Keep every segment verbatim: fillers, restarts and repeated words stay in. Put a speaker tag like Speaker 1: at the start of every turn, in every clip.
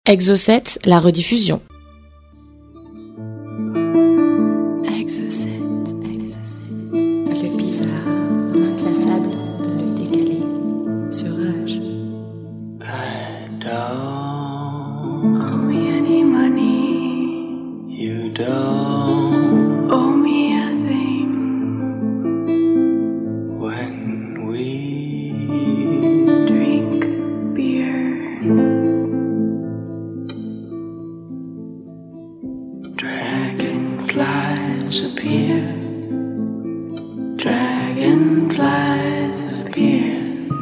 Speaker 1: Exo sept, la rediffusion.
Speaker 2: Exo sept, Exo sept. Le bizarre, l'inclassable, le décalé, sur Rage.
Speaker 3: I don't owe me any money. You don't owe me a thing. When we drink beer, dragonflies appear. Dragonflies appear.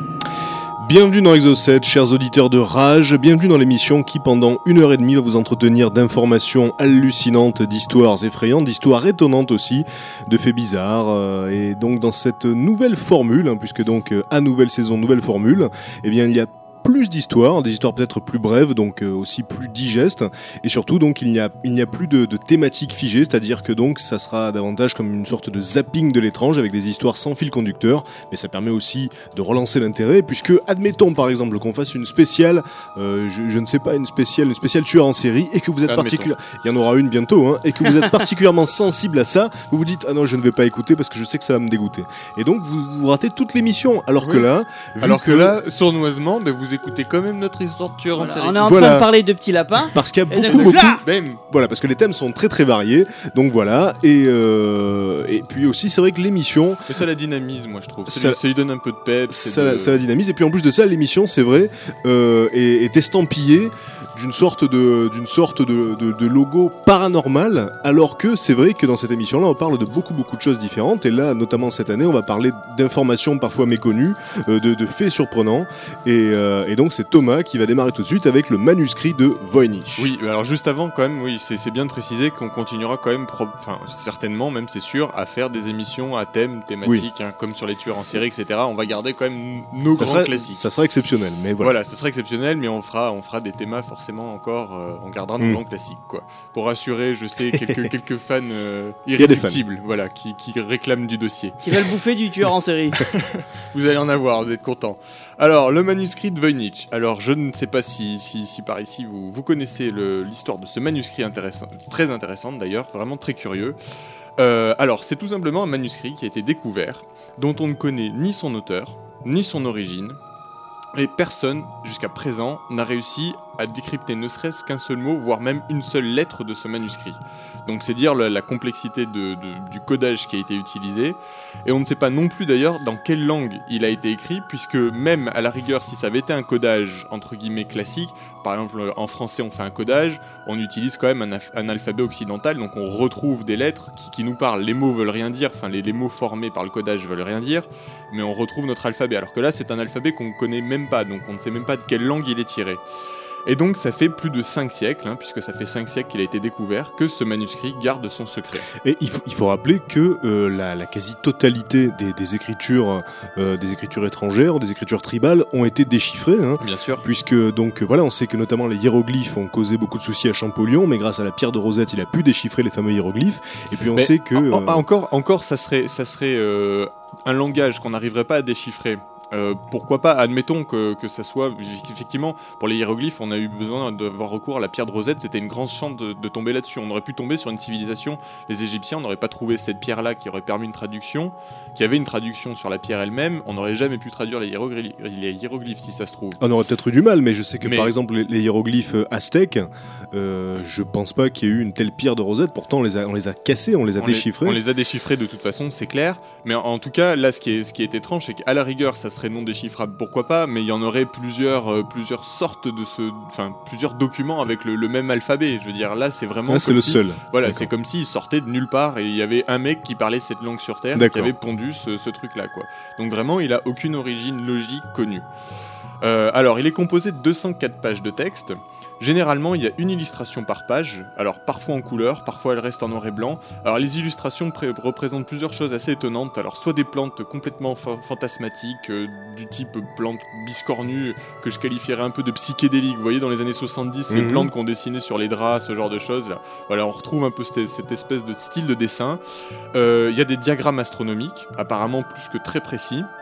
Speaker 4: Bienvenue dans Exo sept, chers auditeurs de Rage, bienvenue dans l'émission qui pendant une heure et demie va vous entretenir d'informations hallucinantes, d'histoires effrayantes, d'histoires étonnantes aussi, de faits bizarres, euh, et donc dans cette nouvelle formule, hein, puisque donc euh, à nouvelle saison, nouvelle formule, eh bien il y a plus d'histoires, des histoires peut-être plus brèves, donc euh, aussi plus digestes, et surtout donc il n'y a, il n'y a plus de, de thématique figée, c'est-à-dire que donc ça sera davantage comme une sorte de zapping de l'étrange avec des histoires sans fil conducteur, mais ça permet aussi de relancer l'intérêt, puisque admettons par exemple qu'on fasse une spéciale, euh, je, je ne sais pas, une spéciale, une spéciale tueur en série, et que vous êtes particulièrement, il y en aura une bientôt, hein, et que vous êtes particulièrement sensible à ça, vous vous dites ah non je ne vais pas écouter parce que je sais que ça va me dégoûter, et donc vous, vous ratez toute l'émission, alors oui. que là, vu
Speaker 5: alors que,
Speaker 4: que
Speaker 5: là sournoisement, ben, vous écoutez quand même notre histoire de tueur
Speaker 6: voilà,
Speaker 5: en série.
Speaker 6: On est en
Speaker 4: voilà.
Speaker 6: train de parler de petits lapins.
Speaker 4: Parce qu'il y a
Speaker 6: et
Speaker 4: beaucoup, beaucoup.
Speaker 5: Bam.
Speaker 4: Voilà, parce que les thèmes sont très très variés. Donc voilà. Et, euh, et puis aussi, c'est vrai que l'émission.
Speaker 5: Mais ça la dynamise, moi je trouve. Ça,
Speaker 4: Ça-
Speaker 5: lui, ça lui donne un peu de peps.
Speaker 4: Ça,
Speaker 5: de...
Speaker 4: la- ça la dynamise. Et puis en plus de ça, l'émission, c'est vrai, euh, est, est estampillée d'une sorte de, d'une sorte de, de, de logo paranormal. Alors que c'est vrai que dans cette émission-là, on parle de beaucoup beaucoup de choses différentes. Et là, notamment cette année, on va parler d'informations parfois méconnues, euh, de, de faits surprenants. Et, euh, et donc c'est Thomas qui va démarrer tout de suite avec le manuscrit de Voynich.
Speaker 5: Oui, mais alors juste avant, quand même, oui, c'est, c'est bien de préciser qu'on continuera quand même, pro- enfin certainement, même c'est sûr, à faire des émissions à thème, thématique, hein, comme sur les tueurs en série, et cetera. On va garder quand même nos
Speaker 4: Ça
Speaker 5: grands
Speaker 4: sera,
Speaker 5: classiques.
Speaker 4: ça sera exceptionnel. Mais voilà.
Speaker 5: Voilà, ça sera exceptionnel, mais on fera, on fera des thémas forcément encore, euh, on gardera nos
Speaker 4: Mm.
Speaker 5: grands classiques, quoi. Pour rassurer, je sais, quelques, quelques fans euh,
Speaker 4: y a des
Speaker 5: irréductibles, voilà, qui, qui réclament du dossier.
Speaker 6: Qui va le bouffer du tueur en série.
Speaker 5: Vous allez en avoir, vous êtes contents. Alors, le manuscrit de Voynich. Alors, je ne sais pas si, si, si par ici vous, vous connaissez le, l'histoire de ce manuscrit intéressant, très intéressante d'ailleurs, vraiment très curieux. Euh, alors, c'est tout simplement un manuscrit qui a été découvert, dont on ne connaît ni son auteur, ni son origine, et personne, jusqu'à présent, n'a réussi à décrypter ne serait-ce qu'un seul mot, voire même une seule lettre de ce manuscrit. Donc c'est dire la, la complexité de, de, du codage qui a été utilisé, et on ne sait pas non plus d'ailleurs dans quelle langue il a été écrit, puisque même à la rigueur, si ça avait été un codage entre guillemets classique, par exemple en français on fait un codage, on utilise quand même un, af- un alphabet occidental, donc on retrouve des lettres qui, qui nous parlent, les mots veulent rien dire, enfin les, les mots formés par le codage veulent rien dire, mais on retrouve notre alphabet, alors que là c'est un alphabet qu'on ne connaît même pas, donc on ne sait même pas de quelle langue il est tiré. Et donc ça fait plus de cinq siècles, hein, puisque ça fait cinq siècles qu'il a été découvert, que ce manuscrit garde son secret.
Speaker 4: Et il faut, il faut rappeler que euh, la, la quasi-totalité des, des écritures, euh, des écritures étrangères, des écritures tribales, ont été déchiffrées. Hein,
Speaker 5: Bien sûr.
Speaker 4: puisque donc voilà, on sait que notamment les hiéroglyphes ont causé beaucoup de soucis à Champollion, mais grâce à la pierre de Rosette, il a pu déchiffrer les fameux hiéroglyphes. Et puis on
Speaker 5: Mais
Speaker 4: sait que
Speaker 5: en- en-
Speaker 4: euh,
Speaker 5: encore, encore, ça serait, ça serait euh, un langage qu'on n'arriverait pas à déchiffrer. Euh, pourquoi pas, admettons que, que ça soit, effectivement, pour les hiéroglyphes, on a eu besoin d'avoir recours à la pierre de Rosette, c'était une grande chance de, de tomber là-dessus. On aurait pu tomber sur une civilisation, les Égyptiens n'auraient pas trouvé cette pierre-là qui aurait permis une traduction, qui avait une traduction sur la pierre elle-même, on n'aurait jamais pu traduire les hiéroglyphes, les hiéroglyphes si ça se trouve.
Speaker 4: on aurait peut-être eu du mal, mais je sais que
Speaker 5: Mais-
Speaker 4: par exemple les, les hiéroglyphes euh, aztèques, euh, je pense pas qu'il y ait eu une telle pierre de Rosette, pourtant on les a, on les a cassés, on les a
Speaker 5: On
Speaker 4: déchiffrés.
Speaker 5: Les, on les a déchiffrés de toute façon, c'est clair. Mais en, en tout cas, là, ce qui est, ce qui est étrange, c'est qu'à la rigueur, ça serait non déchiffrable, pourquoi pas, mais il y en aurait plusieurs, euh, plusieurs sortes de ce, enfin, plusieurs documents avec le, le même alphabet. Je veux dire, là, c'est vraiment.
Speaker 4: Là, c'est
Speaker 5: comme
Speaker 4: le
Speaker 5: si-
Speaker 4: seul.
Speaker 5: Voilà,
Speaker 4: D'accord.
Speaker 5: c'est comme s'il sortait de nulle part et il y avait un mec qui parlait cette langue sur Terre, qui
Speaker 4: D'accord.
Speaker 5: avait pondu ce, ce truc-là, quoi. Donc vraiment, il a aucune origine logique connue. Euh, alors, il est composé de deux cent quatre pages de texte. Généralement, il y a une illustration par page, alors parfois en couleur, parfois elle reste en noir et blanc. Alors les illustrations pré- représentent plusieurs choses assez étonnantes, alors soit des plantes complètement fa- fantasmatiques, euh, du type plantes biscornues, que je qualifierais un peu de psychédéliques, vous voyez dans les années soixante-dix, les
Speaker 4: Mhm.
Speaker 5: plantes qu'on dessinait sur les draps, ce genre de choses, là. Voilà, on retrouve un peu cette, cette espèce de style de dessin. Euh, Il y a des diagrammes astronomiques, apparemment plus que très précis.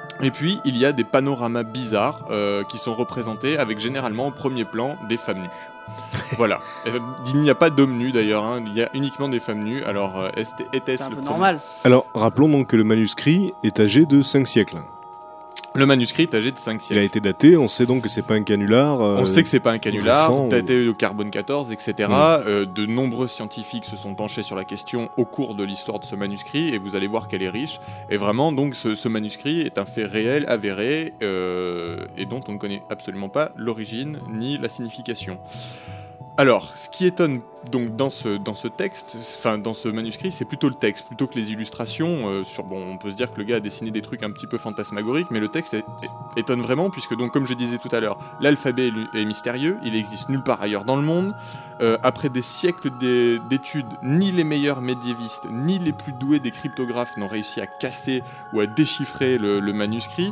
Speaker 5: Et puis, il y a des panoramas bizarres euh, qui sont représentés avec généralement au premier plan des femmes nues. Voilà. Et, euh, il n'y a pas d'hommes nus d'ailleurs, hein. Il y a uniquement des femmes nues. Alors, euh, est- était-ce
Speaker 6: C'est un
Speaker 5: le
Speaker 6: peu
Speaker 5: premier-
Speaker 6: normal.
Speaker 4: Alors, rappelons donc que le manuscrit est âgé de cinq siècles.
Speaker 5: Le manuscrit est âgé de cinq
Speaker 4: Il
Speaker 5: siècles.
Speaker 4: a été daté, on sait donc que c'est pas un canular. euh,
Speaker 5: On sait que c'est pas un canular,
Speaker 4: récent,
Speaker 5: daté au carbone quatorze, et cetera. Euh, de nombreux scientifiques se sont penchés sur la question au cours de l'histoire de ce manuscrit, et vous allez voir qu'elle est riche. Et vraiment, donc, ce, ce manuscrit est un fait réel, avéré, euh, et dont on ne connaît absolument pas l'origine ni la signification. Alors, ce qui étonne donc dans ce, dans ce texte, enfin dans ce manuscrit, c'est plutôt le texte, plutôt que les illustrations. Euh, sur, bon, on peut se dire que le gars a dessiné des trucs un petit peu fantasmagoriques, mais le texte est- est- étonne vraiment, puisque donc, comme je disais tout à l'heure, l'alphabet est, lu- est mystérieux, il existe nulle part ailleurs dans le monde. Euh, après des siècles d'é- d'études, ni les meilleurs médiévistes, ni les plus doués des cryptographes n'ont réussi à casser ou à déchiffrer le, le manuscrit.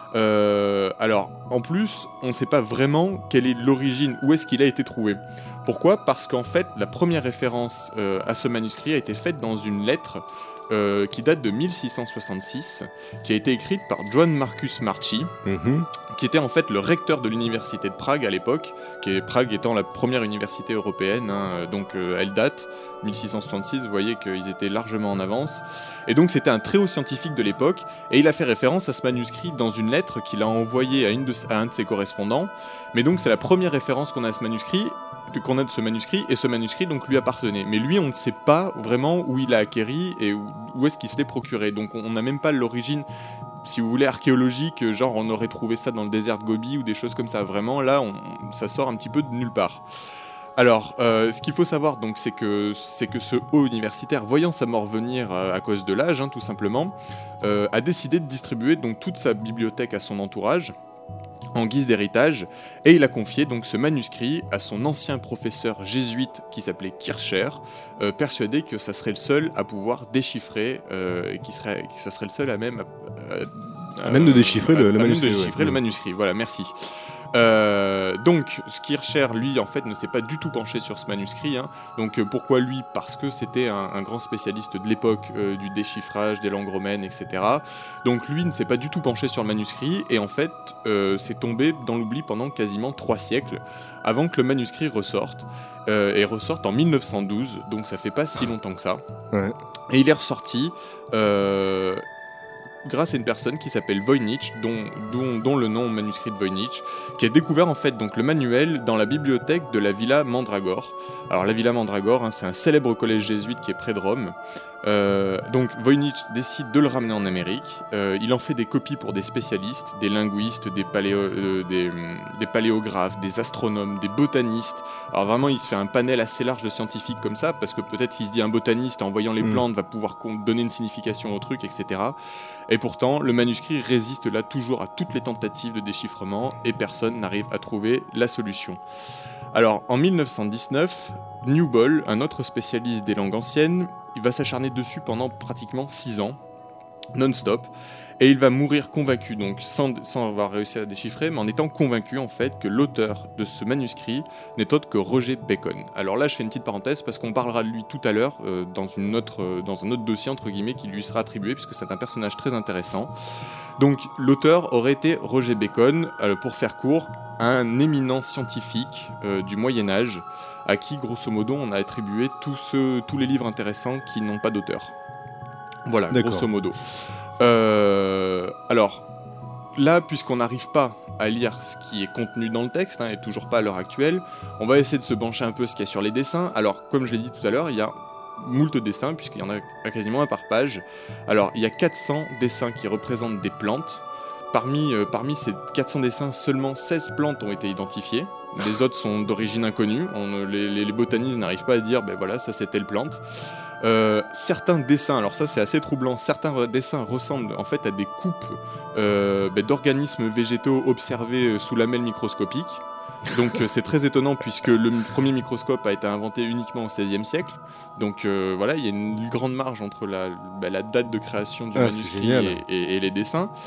Speaker 5: Euh, alors, en plus, on ne sait pas vraiment quelle est l'origine, où est-ce qu'il a été trouvé. Pourquoi ? Parce qu'en fait, la première référence euh, à ce manuscrit a été faite dans une lettre euh, qui date de mille six cent soixante-six, qui a été écrite par Johann Marcus Marchi,
Speaker 4: mhm.
Speaker 5: qui était en fait le recteur de l'université de Prague à l'époque, qui est Prague étant la première université européenne, hein, donc euh, elle date, mille six cent soixante-six, vous voyez qu'ils étaient largement en avance. Et donc c'était un très haut scientifique de l'époque, et il a fait référence à ce manuscrit dans une lettre qu'il a envoyée à, une de, à un de ses correspondants. Mais donc c'est la première référence qu'on a à ce manuscrit, qu'on a de ce manuscrit, et ce manuscrit donc lui appartenait. Mais lui, on ne sait pas vraiment où il a acquéri et où, où est-ce qu'il se l'est procuré. Donc on n'a même pas l'origine, si vous voulez, archéologique, genre on aurait trouvé ça dans le désert de Gobi ou des choses comme ça. Vraiment, là, on, ça sort un petit peu de nulle part. Alors, euh, ce qu'il faut savoir, donc, c'est que, c'est que ce haut universitaire, voyant sa mort venir euh, à cause de l'âge, hein, tout simplement, euh, a décidé de distribuer donc toute sa bibliothèque à son entourage, en guise d'héritage, et il a confié donc ce manuscrit à son ancien professeur jésuite qui s'appelait Kircher, euh, persuadé que ça serait le seul à pouvoir déchiffrer, euh, et qui serait, que ça serait le seul à même à, à-
Speaker 4: À même de déchiffrer le-
Speaker 5: à-
Speaker 4: le
Speaker 5: à même
Speaker 4: manuscrit,
Speaker 5: de déchiffrer
Speaker 4: ouais.
Speaker 5: le manuscrit. Voilà, merci. Euh, donc, Kircher, lui, en fait, ne s'est pas du tout penché sur ce manuscrit. Hein. Donc, euh, pourquoi lui ? Parce que c'était un, un grand spécialiste de l'époque euh, du déchiffrage des langues romaines, et cetera. Donc, lui ne s'est pas du tout penché sur le manuscrit et en fait, euh, c'est tombé dans l'oubli pendant quasiment trois siècles avant que le manuscrit ressorte. Euh, et ressorte en mille neuf cent douze, donc ça fait pas si longtemps que ça.
Speaker 4: Ouais.
Speaker 5: Et il est ressorti. Euh, grâce à une personne qui s'appelle Voynich, dont, dont, dont le nom manuscrit de Voynich, qui a découvert en fait donc le manuel dans la bibliothèque de la Villa Mandragore. Alors la Villa Mandragore, hein, c'est un célèbre collège jésuite qui est près de Rome. Euh, donc Voynich décide de le ramener en Amérique. Euh, il en fait des copies pour des spécialistes, des linguistes, des, paléo, euh, des, des paléographes, des astronomes, des botanistes. Alors vraiment, il se fait un panel assez large de scientifiques comme ça, parce que peut-être qu'il se dit un botaniste en voyant les
Speaker 4: Mm.
Speaker 5: plantes va pouvoir con- donner une signification au truc, et cetera. Et pourtant, le manuscrit résiste là toujours à toutes les tentatives de déchiffrement et personne n'arrive à trouver la solution. Alors, en mille neuf cent dix-neuf, Newbold, un autre spécialiste des langues anciennes, il va s'acharner dessus pendant pratiquement six ans, non-stop, et il va mourir convaincu, donc sans, sans avoir réussi à déchiffrer, mais en étant convaincu en fait que l'auteur de ce manuscrit n'est autre que Roger Bacon. Alors là, je fais une petite parenthèse parce qu'on parlera de lui tout à l'heure euh, dans, une autre, euh, dans un autre dossier entre guillemets qui lui sera attribué puisque c'est un personnage très intéressant. Donc l'auteur aurait été Roger Bacon, euh, pour faire court, un éminent scientifique euh, du Moyen-Âge à qui grosso modo on a attribué tous, ceux, tous les livres intéressants qui n'ont pas d'auteur. Voilà,
Speaker 4: D'accord.
Speaker 5: grosso modo. Euh, alors, là, puisqu'on n'arrive pas à lire ce qui est contenu dans le texte, hein, et toujours pas à l'heure actuelle, on va essayer de se pencher un peu ce qu'il y a sur les dessins. Alors, comme je l'ai dit tout à l'heure, il y a moult dessins, puisqu'il y en a quasiment un par page. Alors, il y a quatre cents dessins qui représentent des plantes. Parmi, euh, parmi ces quatre cents dessins, seulement seize plantes ont été identifiées. Les autres sont d'origine inconnue. On, les, les, les botanistes n'arrivent pas à dire, ben voilà, ça c'est telle plante. Euh, certains dessins, alors ça c'est assez troublant, certains dessins ressemblent en fait à des coupes euh, bah, d'organismes végétaux observés sous lamelles microscopiques. Donc euh, c'est très étonnant puisque le premier microscope a été inventé uniquement au seizième siècle. Donc euh, voilà, il y a une grande marge entre la, bah, la date de création du
Speaker 4: Ah, c'est
Speaker 5: manuscrit
Speaker 4: génial.
Speaker 5: et, et, et les dessins.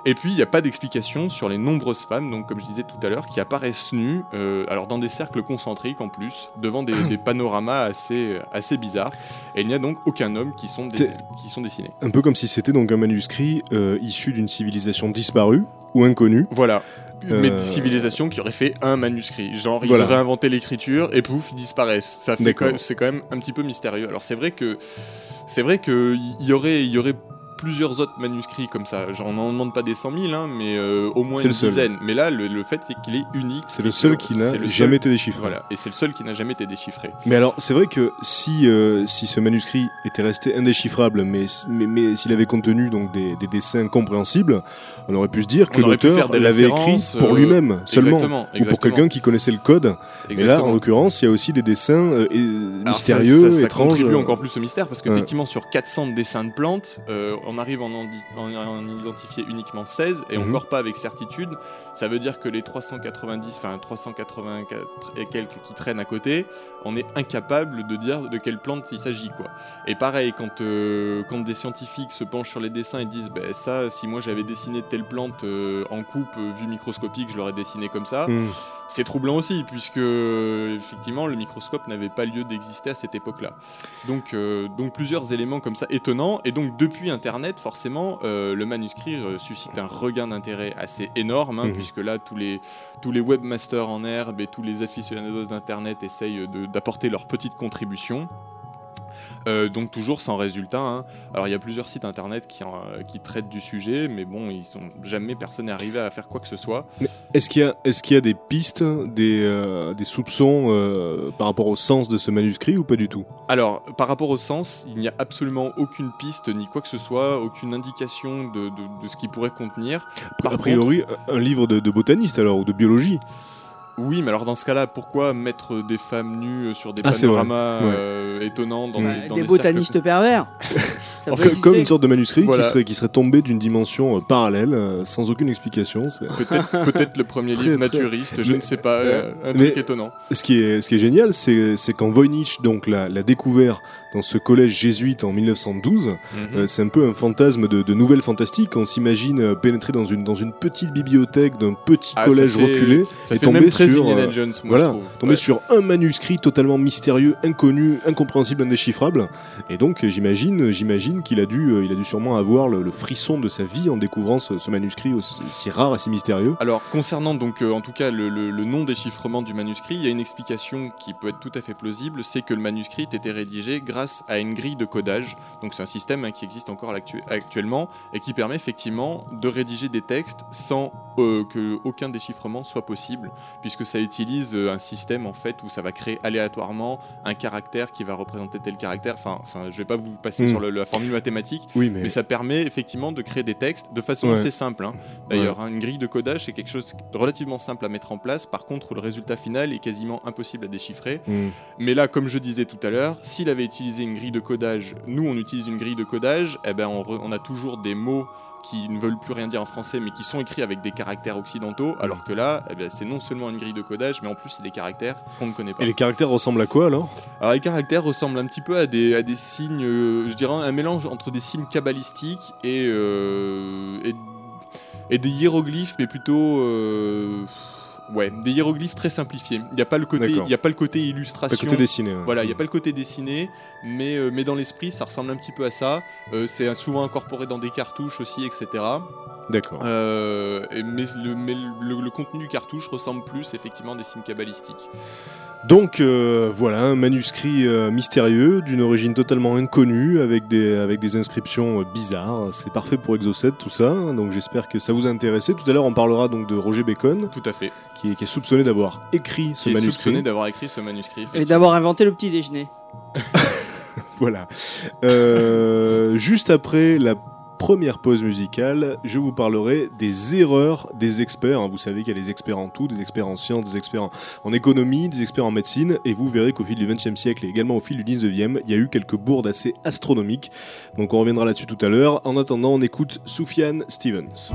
Speaker 5: Et puis il n'y a pas d'explication sur les nombreuses femmes, donc comme je disais tout à l'heure, qui apparaissent nues, euh, alors dans des cercles concentriques en plus, devant des, des panoramas assez, assez bizarres. Et il n'y a donc aucun homme qui sont, des, qui sont dessinés.
Speaker 4: Un peu comme si c'était donc un manuscrit euh, issu d'une civilisation disparue ou inconnue.
Speaker 5: Voilà. Mais
Speaker 4: Euh,
Speaker 5: des civilisations qui auraient fait un manuscrit. Genre, ils
Speaker 4: Voilà.
Speaker 5: auraient inventé l'écriture et pouf, ils disparaissent. Ça fait
Speaker 4: D'accord.
Speaker 5: quand même- c'est quand même un petit peu mystérieux. Alors, c'est vrai que c'est vrai que il y aurait, il y aurait plusieurs autres manuscrits comme ça. Genre, on n'en demande pas des cent mille, hein, mais euh, au moins
Speaker 4: C'est
Speaker 5: une
Speaker 4: le seul.
Speaker 5: dizaine. Mais là, le, le fait c'est qu'il est unique.
Speaker 4: C'est le
Speaker 5: et
Speaker 4: seul
Speaker 5: que
Speaker 4: qui n'a
Speaker 5: c'est le
Speaker 4: jamais
Speaker 5: seul-
Speaker 4: été déchiffré.
Speaker 5: Voilà, et c'est le seul qui n'a jamais été déchiffré.
Speaker 4: Mais alors, c'est vrai que si, euh, si ce manuscrit était resté indéchiffrable, mais, mais, mais s'il avait contenu donc des, des dessins compréhensibles, on aurait pu se dire que
Speaker 5: On aurait pu
Speaker 4: l'auteur
Speaker 5: faire des
Speaker 4: l'avait écrit
Speaker 5: références,
Speaker 4: pour
Speaker 5: euh,
Speaker 4: lui-même seulement,
Speaker 5: exactement,
Speaker 4: ou pour
Speaker 5: exactement.
Speaker 4: quelqu'un qui connaissait le code. Mais là,
Speaker 5: Exactement.
Speaker 4: en l'occurrence, il y a aussi des dessins euh, et-
Speaker 5: Alors,
Speaker 4: mystérieux,
Speaker 5: ça, ça, ça
Speaker 4: étranges.
Speaker 5: contribue encore plus au mystère parce
Speaker 4: Ouais.
Speaker 5: qu'effectivement sur quatre cents dessins de plantes, euh, on arrive à en, en, en identifier uniquement seize et
Speaker 4: Mhm.
Speaker 5: encore pas avec certitude. Ça veut dire que les trois cent quatre-vingt-dix, enfin trois cent quatre-vingt-quatre et quelques qui traînent à côté, on est incapable de dire de quelle plante il s'agit, quoi. Et pareil, quand, euh, quand des scientifiques se penchent sur les dessins et disent ben ça, si moi j'avais dessiné telle plante euh, en coupe, euh, vue microscopique, je l'aurais dessiné comme ça.
Speaker 4: Hmm.
Speaker 5: C'est troublant aussi, puisque euh, effectivement le microscope n'avait pas lieu d'exister à cette époque-là. Donc, euh, donc plusieurs éléments comme ça étonnants. Et donc depuis Internet, forcément, euh, le manuscrit euh, suscite un regain d'intérêt assez énorme, hein,
Speaker 4: Mhm.
Speaker 5: puisque là tous les, tous les webmasters en herbe et tous les aficionados d'Internet essayent de- d'apporter leur petite contribution. Euh, donc toujours sans résultat, hein. Alors il y a plusieurs sites internet qui, en- euh, qui traitent du sujet, mais bon, ils sont jamais personne n'est arrivé à faire quoi que ce soit.
Speaker 4: Est-ce qu'il y a, est-ce qu'il y a des pistes, des, euh, des soupçons euh, par rapport au sens de ce manuscrit ou pas du tout?
Speaker 5: Alors, par rapport au sens, il n'y a absolument aucune piste ni quoi que ce soit, aucune indication de, de- de ce qu'il pourrait contenir. Par
Speaker 4: A priori, un livre de, de botaniste alors, ou de biologie.
Speaker 5: Oui, mais alors dans ce cas-là, pourquoi mettre des femmes nues sur des
Speaker 4: Ah, c'est vrai.
Speaker 5: panoramas
Speaker 4: Ouais.
Speaker 5: euh, étonnants dans
Speaker 4: Bah,
Speaker 5: des, dans
Speaker 6: des
Speaker 5: des
Speaker 6: botanistes pervers. Ça
Speaker 5: En
Speaker 6: peut
Speaker 5: fait,
Speaker 6: exister.
Speaker 4: Comme une sorte de manuscrit
Speaker 5: Voilà.
Speaker 4: qui, serait, qui serait tombé d'une dimension euh, parallèle, euh, sans aucune explication. C'est-
Speaker 5: cercles Peut-être peut-être le premier
Speaker 4: Très,
Speaker 5: livre
Speaker 4: très-
Speaker 5: naturiste, je
Speaker 4: Mais-
Speaker 5: ne sais pas, euh, un
Speaker 4: Mais-
Speaker 5: truc étonnant.
Speaker 4: Ce qui est, ce qui est génial, c'est, c'est quand Voynich donc, l'a, l'a découvert dans ce collège jésuite en mille neuf cent douze.
Speaker 5: Mhm.
Speaker 4: Euh, c'est un peu un fantasme de, de nouvelles fantastiques. On s'imagine euh, pénétrer dans une, dans une petite bibliothèque d'un petit
Speaker 5: Ah,
Speaker 4: collège
Speaker 5: ça fait-
Speaker 4: reculé
Speaker 5: Ça
Speaker 4: et
Speaker 5: fait
Speaker 4: tomber
Speaker 5: même très
Speaker 4: sur,
Speaker 5: Indiana
Speaker 4: euh,
Speaker 5: Jones, moi
Speaker 4: voilà,
Speaker 5: je trouve.
Speaker 4: tomber
Speaker 5: Ouais.
Speaker 4: sur un manuscrit totalement mystérieux, inconnu, incompréhensible, indéchiffrable. Et donc, euh, j'imagine, j'imagine qu'il a dû, euh, il a dû sûrement avoir le, le frisson de sa vie en découvrant ce, ce manuscrit aussi, si rare et si mystérieux.
Speaker 5: Alors, concernant donc euh, en tout cas le, le- le non-déchiffrement du manuscrit, il y a une explication qui peut être tout à fait plausible, c'est que le manuscrit était rédigé grâce à une grille de codage. Donc c'est un système hein, qui existe encore l'actu- actuellement et qui permet effectivement de rédiger des textes sans euh, que aucun déchiffrement soit possible, puisque ça utilise euh, un système en fait où ça va créer aléatoirement un caractère qui va représenter tel caractère. Enfin, enfin, je vais pas vous passer
Speaker 4: Mm.
Speaker 5: sur le- la formule mathématique.
Speaker 4: Oui, mais,
Speaker 5: Mais ça permet effectivement de créer des textes de façon
Speaker 4: Ouais.
Speaker 5: assez simple. hein. D'ailleurs, hein, une grille de codage, c'est quelque chose de relativement simple à mettre en place. Par contre, le résultat final est quasiment impossible à déchiffrer.
Speaker 4: Hmm.
Speaker 5: Mais là, comme je disais tout à l'heure, s'il avait utilisé une grille de codage, nous on utilise une grille de codage, eh ben on, re- on a toujours des mots qui ne veulent plus rien dire en français, mais qui sont écrits avec des caractères occidentaux, alors que là, eh ben, c'est non seulement une grille de codage, mais en plus c'est des caractères qu'on ne connaît pas.
Speaker 4: Et les caractères ressemblent à quoi alors?
Speaker 5: Alors les caractères ressemblent un petit peu à des, à des signes, euh, je dirais un mélange entre des signes kabbalistiques et, euh, et, et des hiéroglyphes, mais plutôt... euh, ouais, des hiéroglyphes très simplifiés. Il n'y a pas le côté,
Speaker 4: D'accord.
Speaker 5: il y a pas le côté
Speaker 4: Pas
Speaker 5: illustration.
Speaker 4: côté dessiné. ouais.
Speaker 5: Voilà, il n'y a pas le côté dessiné, mais, euh, mais dans l'esprit, ça ressemble un petit peu à ça. Euh, c'est souvent incorporé dans des cartouches aussi, et cetera.
Speaker 4: D'accord.
Speaker 5: Euh, et- mais le, mais le, le contenu du cartouche ressemble plus effectivement à des signes kabbalistiques.
Speaker 4: Donc euh, voilà, un manuscrit euh, mystérieux d'une origine totalement inconnue avec des, avec des inscriptions euh, bizarres. C'est parfait pour Exocet tout ça, donc j'espère que ça vous a intéressé. Tout à l'heure on parlera donc de Roger Bacon
Speaker 5: Tout à fait.
Speaker 4: qui est, qui est soupçonné d'avoir écrit ce
Speaker 5: Qui est
Speaker 4: manuscrit.
Speaker 5: soupçonné d'avoir écrit ce manuscrit.
Speaker 6: Et
Speaker 5: effectivement.
Speaker 6: d'avoir inventé le petit déjeuner.
Speaker 4: Voilà. Euh, juste après la première pause musicale, je vous parlerai des erreurs des experts. Vous savez qu'il y a des experts en tout, des experts en sciences, des experts en, en économie, des experts en médecine, et vous verrez qu'au fil du vingtième siècle et également au fil du dix-neuvième, il y a eu quelques bourdes assez astronomiques. Donc on reviendra là-dessus tout à l'heure. En attendant, on écoute Sufjan Stevens.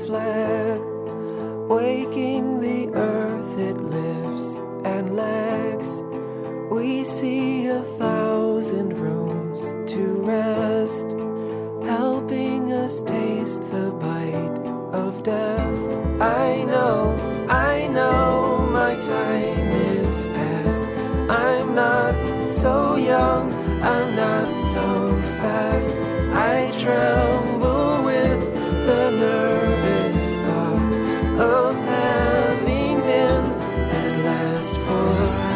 Speaker 7: flag, waking the earth it lifts and lags. We see a thousand rooms to rest, helping us taste the bite of death. I know, I know my time is past. I'm not so young, I'm not so fast. I tremble with the nervous thought of having been at last for.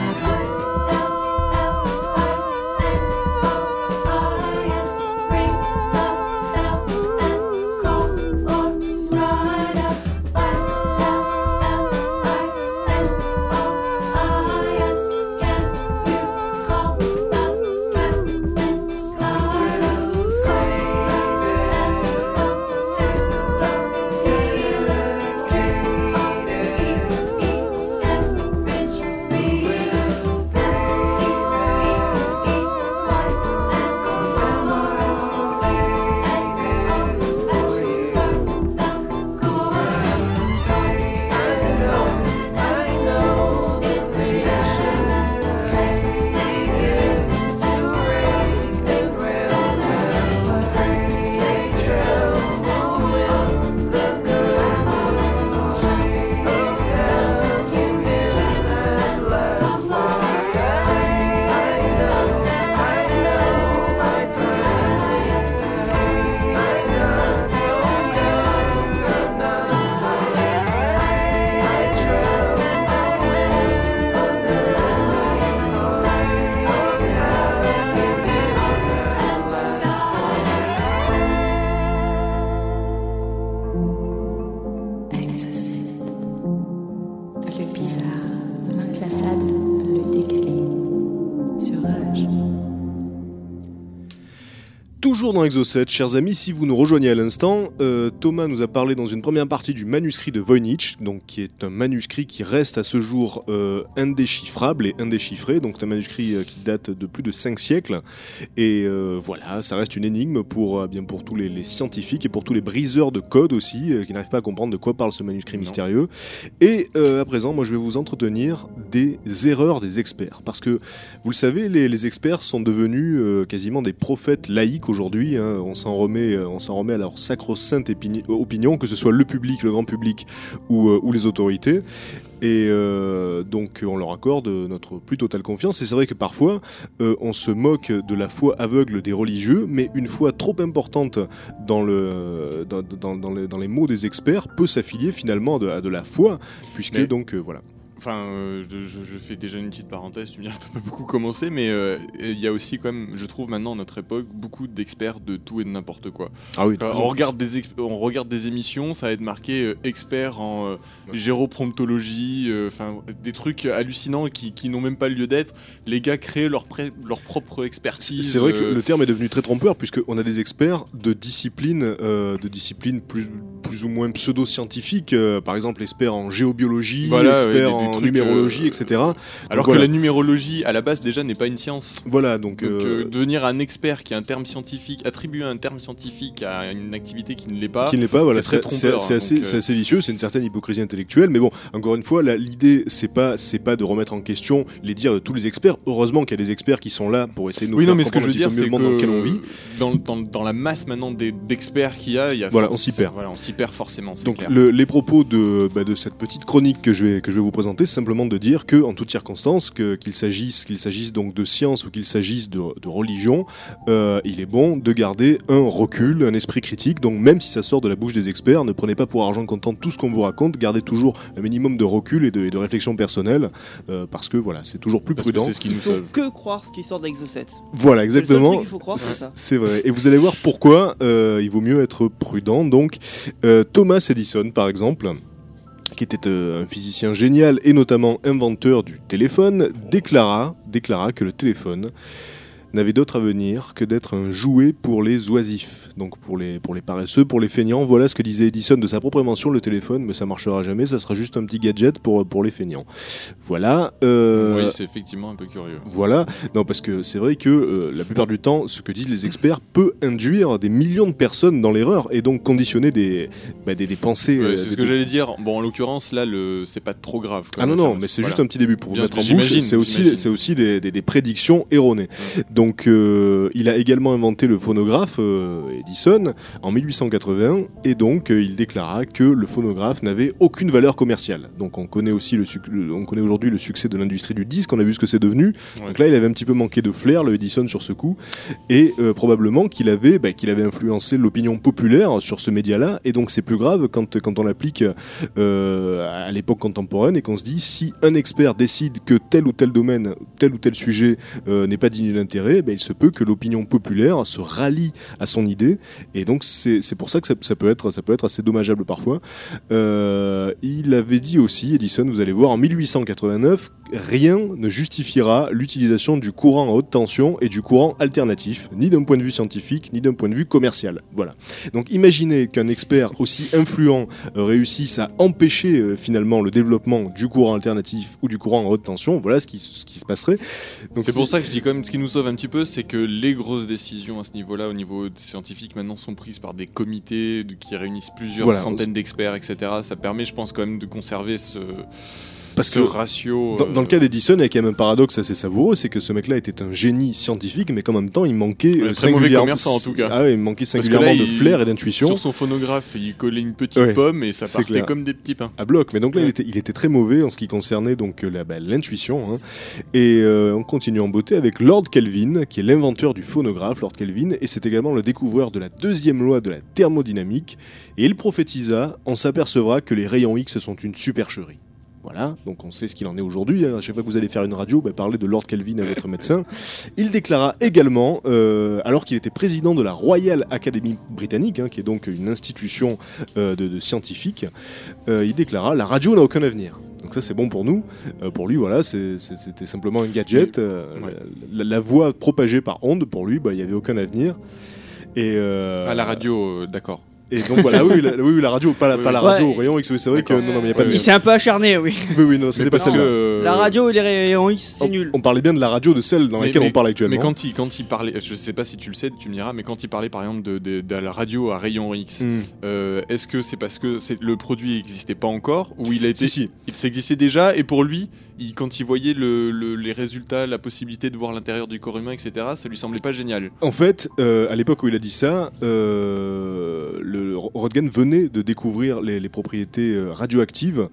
Speaker 4: Toujours dans Exocet, chers amis, si vous nous rejoignez à l'instant, euh, Thomas nous a parlé dans une première partie du manuscrit de Voynich, donc qui est un manuscrit qui reste à ce jour euh, indéchiffrable et indéchiffré, donc c'est un manuscrit euh, qui date de plus de cinq siècles, et euh, voilà, ça reste une énigme pour, euh, bien pour tous les, les scientifiques et pour tous les briseurs de code aussi, euh, qui n'arrivent pas à comprendre de quoi parle ce manuscrit non. mystérieux. Et euh, à présent, moi je vais vous entretenir des erreurs des experts, parce que vous le savez, les, les experts sont devenus euh, quasiment des prophètes laïcs aujourd'hui. Hein, on s'en remet, on s'en remet à leur sacro-sainte épini- opinion, que ce soit le public, le grand public ou, euh, ou les autorités. Et euh, donc on leur accorde notre plus totale confiance. Et c'est vrai que parfois euh, on se moque de la foi aveugle des religieux, mais une foi trop importante dans, le, dans, dans, dans, les, dans les mots des experts peut s'affilier finalement à de, à de la foi, puisque mais... donc euh, voilà.
Speaker 5: Enfin, euh, je, je fais déjà une petite parenthèse, tu me diras, t'as pas beaucoup commencé, mais il euh, y a aussi quand même, je trouve maintenant à notre époque, beaucoup d'experts de tout et de n'importe quoi.
Speaker 4: Ah oui.
Speaker 5: Euh, on, regarde des exp- on regarde des émissions, ça va être marqué euh, expert en euh, ouais. géropromptologie, enfin euh, des trucs hallucinants qui, qui n'ont même pas lieu d'être. Les gars créent leur, pré- leur propre expertise.
Speaker 4: C'est vrai que le terme est devenu très trompeur, puisqu'on a des experts de disciplines, euh, de disciplines plus, plus ou moins pseudo-scientifiques, euh, par exemple expert en géobiologie,
Speaker 5: voilà,
Speaker 4: expert
Speaker 5: ouais,
Speaker 4: en en numérologie, euh, et cetera.
Speaker 5: Alors donc, que voilà. La numérologie, à la base, déjà, n'est pas une science.
Speaker 4: Voilà, donc...
Speaker 5: donc
Speaker 4: euh...
Speaker 5: Euh, devenir un expert qui a un terme scientifique, attribuer un terme scientifique à une activité qui ne l'est pas,
Speaker 4: qui ne l'est pas, voilà,
Speaker 5: c'est, très trompeur,
Speaker 4: c'est, c'est,
Speaker 5: hein,
Speaker 4: assez,
Speaker 5: donc,
Speaker 4: c'est assez vicieux, c'est une certaine hypocrisie intellectuelle, mais bon, encore une fois, là, l'idée, c'est pas, c'est pas de remettre en question les dires de tous les experts. Heureusement qu'il y a des experts qui sont là pour essayer de nous
Speaker 5: oui,
Speaker 4: faire
Speaker 5: non, mais ce que je veux dire,
Speaker 4: c'est
Speaker 5: c'est
Speaker 4: le monde
Speaker 5: que
Speaker 4: dans lequel on vit.
Speaker 5: Dans, dans, dans la masse maintenant des, d'experts qu'il y a, il y a
Speaker 4: voilà,
Speaker 5: force,
Speaker 4: on s'y perd.
Speaker 5: Voilà, on s'y perd forcément, c'est
Speaker 4: donc
Speaker 5: clair.
Speaker 4: Le, les propos de, bah, de cette petite chronique que je vais, que je vais vous présenter, c'est simplement de dire que, en toutes circonstances, que, qu'il s'agisse, qu'il s'agisse donc de science ou qu'il s'agisse de, de religion, euh, il est bon de garder un recul, un esprit critique. Donc même si ça sort de la bouche des experts, ne prenez pas pour argent comptant tout ce qu'on vous raconte, gardez toujours un minimum de recul et de, et de réflexion personnelle, euh, parce que voilà, c'est toujours plus
Speaker 5: parce
Speaker 4: prudent.
Speaker 5: C'est ce qui
Speaker 6: il
Speaker 5: nous
Speaker 6: faut
Speaker 5: sauve.
Speaker 6: Que croire ce qui sort d'Exocet.
Speaker 4: Voilà, exactement.
Speaker 6: C'est le seul truc qu'il faut croire, c'est ça.
Speaker 4: C'est vrai. Et vous allez voir pourquoi euh, il vaut mieux être prudent. Donc euh, Thomas Edison, par exemple, qui était euh, un physicien génial et notamment inventeur du téléphone, déclara, déclara que le téléphone n'avait d'autre avenir que d'être un jouet pour les oisifs, donc pour les, pour les paresseux, pour les feignants. Voilà ce que disait Edison de sa propre invention, le téléphone, mais ça marchera jamais, ça sera juste un petit gadget pour, pour les feignants. Voilà. Euh,
Speaker 5: Oui, c'est effectivement un peu curieux.
Speaker 4: Voilà, non, parce que c'est vrai que euh, la plupart du temps, ce que disent les experts peut induire des millions de personnes dans l'erreur et donc conditionner des, bah, des, des pensées.
Speaker 5: Ouais,
Speaker 4: euh,
Speaker 5: c'est
Speaker 4: des-
Speaker 5: ce que j'allais dire. Bon, en l'occurrence, là, le... c'est pas trop grave.
Speaker 4: Ah non, non, mais c'est juste un petit début pour vous
Speaker 5: Bien
Speaker 4: mettre en
Speaker 5: sûr,
Speaker 4: bouche.
Speaker 5: j'imagine,
Speaker 4: C'est aussi,
Speaker 5: j'imagine.
Speaker 4: c'est aussi des, des, des prédictions erronées.
Speaker 5: Ouais.
Speaker 4: Donc, euh, il a également inventé le phonographe, euh, Edison, en mille huit cent quatre-vingts, et donc euh, il déclara que le phonographe n'avait aucune valeur commerciale. Donc, on connaît aussi le, suc- le- on connaît aujourd'hui le succès de l'industrie du disque. On a vu ce que c'est devenu.
Speaker 5: Ouais.
Speaker 4: Donc là, il avait un petit peu manqué de flair, le Edison, sur ce coup, et euh, probablement qu'il avait, bah, qu'il avait influencé l'opinion populaire sur ce média-là. Et donc, c'est plus grave quand, quand on l'applique euh, à l'époque contemporaine et qu'on se dit si un expert décide que tel ou tel domaine, tel ou tel sujet euh, n'est pas digne d'intérêt, ben, il se peut que l'opinion populaire se rallie à son idée. Et donc, c'est c'est pour ça que ça, ça, peut être, ça peut être assez dommageable parfois. Euh, il avait dit aussi, Edison, vous allez voir, en mille huit cent quatre-vingt-neuf, rien ne justifiera l'utilisation du courant à haute tension et du courant alternatif, ni d'un point de vue scientifique, ni d'un point de vue commercial. Voilà. Donc imaginez qu'un expert aussi influent euh, réussisse à empêcher euh, finalement le développement du courant alternatif ou du courant à haute tension, voilà ce qui, ce qui se passerait. Donc
Speaker 5: C'est pour ça que je dis quand même, ce qui nous sauve un petit peu, c'est que les grosses décisions à ce niveau-là, au niveau scientifique, maintenant sont prises par des comités de- qui réunissent plusieurs
Speaker 4: Voilà.
Speaker 5: centaines d'experts, et cetera. Ça permet, je pense, quand même de conserver ce,
Speaker 4: Parce
Speaker 5: ce
Speaker 4: que
Speaker 5: ratio.
Speaker 4: Dans, dans le
Speaker 5: euh,
Speaker 4: cas d'Edison, il y a quand même un paradoxe assez savoureux, c'est que ce mec-là était un génie scientifique, mais qu'en même temps, il manquait
Speaker 5: Ouais,
Speaker 4: euh,
Speaker 5: très mauvais
Speaker 4: singulièrement-
Speaker 5: commerçant, en tout cas.
Speaker 4: Ah ouais, il manquait
Speaker 5: Parce que
Speaker 4: singulièrement
Speaker 5: là,
Speaker 4: de
Speaker 5: il-
Speaker 4: flair et d'intuition.
Speaker 5: Sur son phonographe, il collait une petite
Speaker 4: Ouais,
Speaker 5: pomme et ça
Speaker 4: c'est
Speaker 5: partait
Speaker 4: clair.
Speaker 5: comme des petits pains.
Speaker 4: À bloc, mais donc là
Speaker 5: Ouais.
Speaker 4: il, était, il était très mauvais en ce qui concernait donc euh, la, bah, l'intuition. Hein. Et euh, on continue en beauté avec Lord Kelvin, qui est l'inventeur du phonographe, Lord Kelvin, et c'est également le découvreur de la deuxième loi de la thermodynamique. Et il prophétisa, on s'apercevra que les rayons X sont une supercherie. Voilà, donc on sait ce qu'il en est aujourd'hui. Hein. À chaque fois que vous allez faire une radio, bah, parlez de Lord Kelvin à votre médecin. Il déclara également, euh, alors qu'il était président de la Royal Academy britannique, hein, qui est donc une institution euh, de, de scientifiques, euh, il déclara la radio n'a aucun avenir. Donc ça c'est bon pour nous. Euh, pour lui, voilà, c'est- c'est- c'était simplement un gadget. euh,
Speaker 5: Ouais.
Speaker 4: la, la voix propagée par onde, pour lui, bah, il n'y avait aucun avenir. Et euh,
Speaker 5: À la radio, euh, d'accord.
Speaker 4: Et donc voilà, oui, la, oui, oui, la radio, pas la,
Speaker 5: Oui,
Speaker 4: pas la
Speaker 6: oui.
Speaker 4: radio
Speaker 6: Ouais.
Speaker 4: au rayon X, oui, c'est vrai que
Speaker 5: D'accord.
Speaker 4: non, non, mais il n'y a pas
Speaker 5: Oui,
Speaker 4: de.
Speaker 6: Il s'est un peu acharné, oui.
Speaker 4: Oui, oui, non, c'était
Speaker 5: Mais
Speaker 4: pas
Speaker 5: parce
Speaker 4: ça.
Speaker 5: que
Speaker 4: là.
Speaker 5: euh,
Speaker 6: La radio et les rayons X, c'est
Speaker 4: On,
Speaker 6: nul.
Speaker 4: on parlait bien de la radio de celle dans
Speaker 5: Mais-
Speaker 4: laquelle
Speaker 5: mais-
Speaker 4: on parle actuellement.
Speaker 5: Mais quand il, quand il parlait, je sais pas si tu le sais, tu me diras, mais quand il parlait par exemple de, de, de la radio à rayon X,
Speaker 4: Hmm.
Speaker 5: euh, est-ce que c'est parce que c'est, le produit n'existait pas encore ou il a été,
Speaker 4: Si, si.
Speaker 5: il s'existait déjà et pour lui, il, quand il voyait le, le- les résultats, la possibilité de voir l'intérieur du corps humain, et cetera, ça lui semblait pas génial.
Speaker 4: En fait, euh, à l'époque où il a dit ça, euh, le Röntgen venait de découvrir les, les propriétés euh, radioactives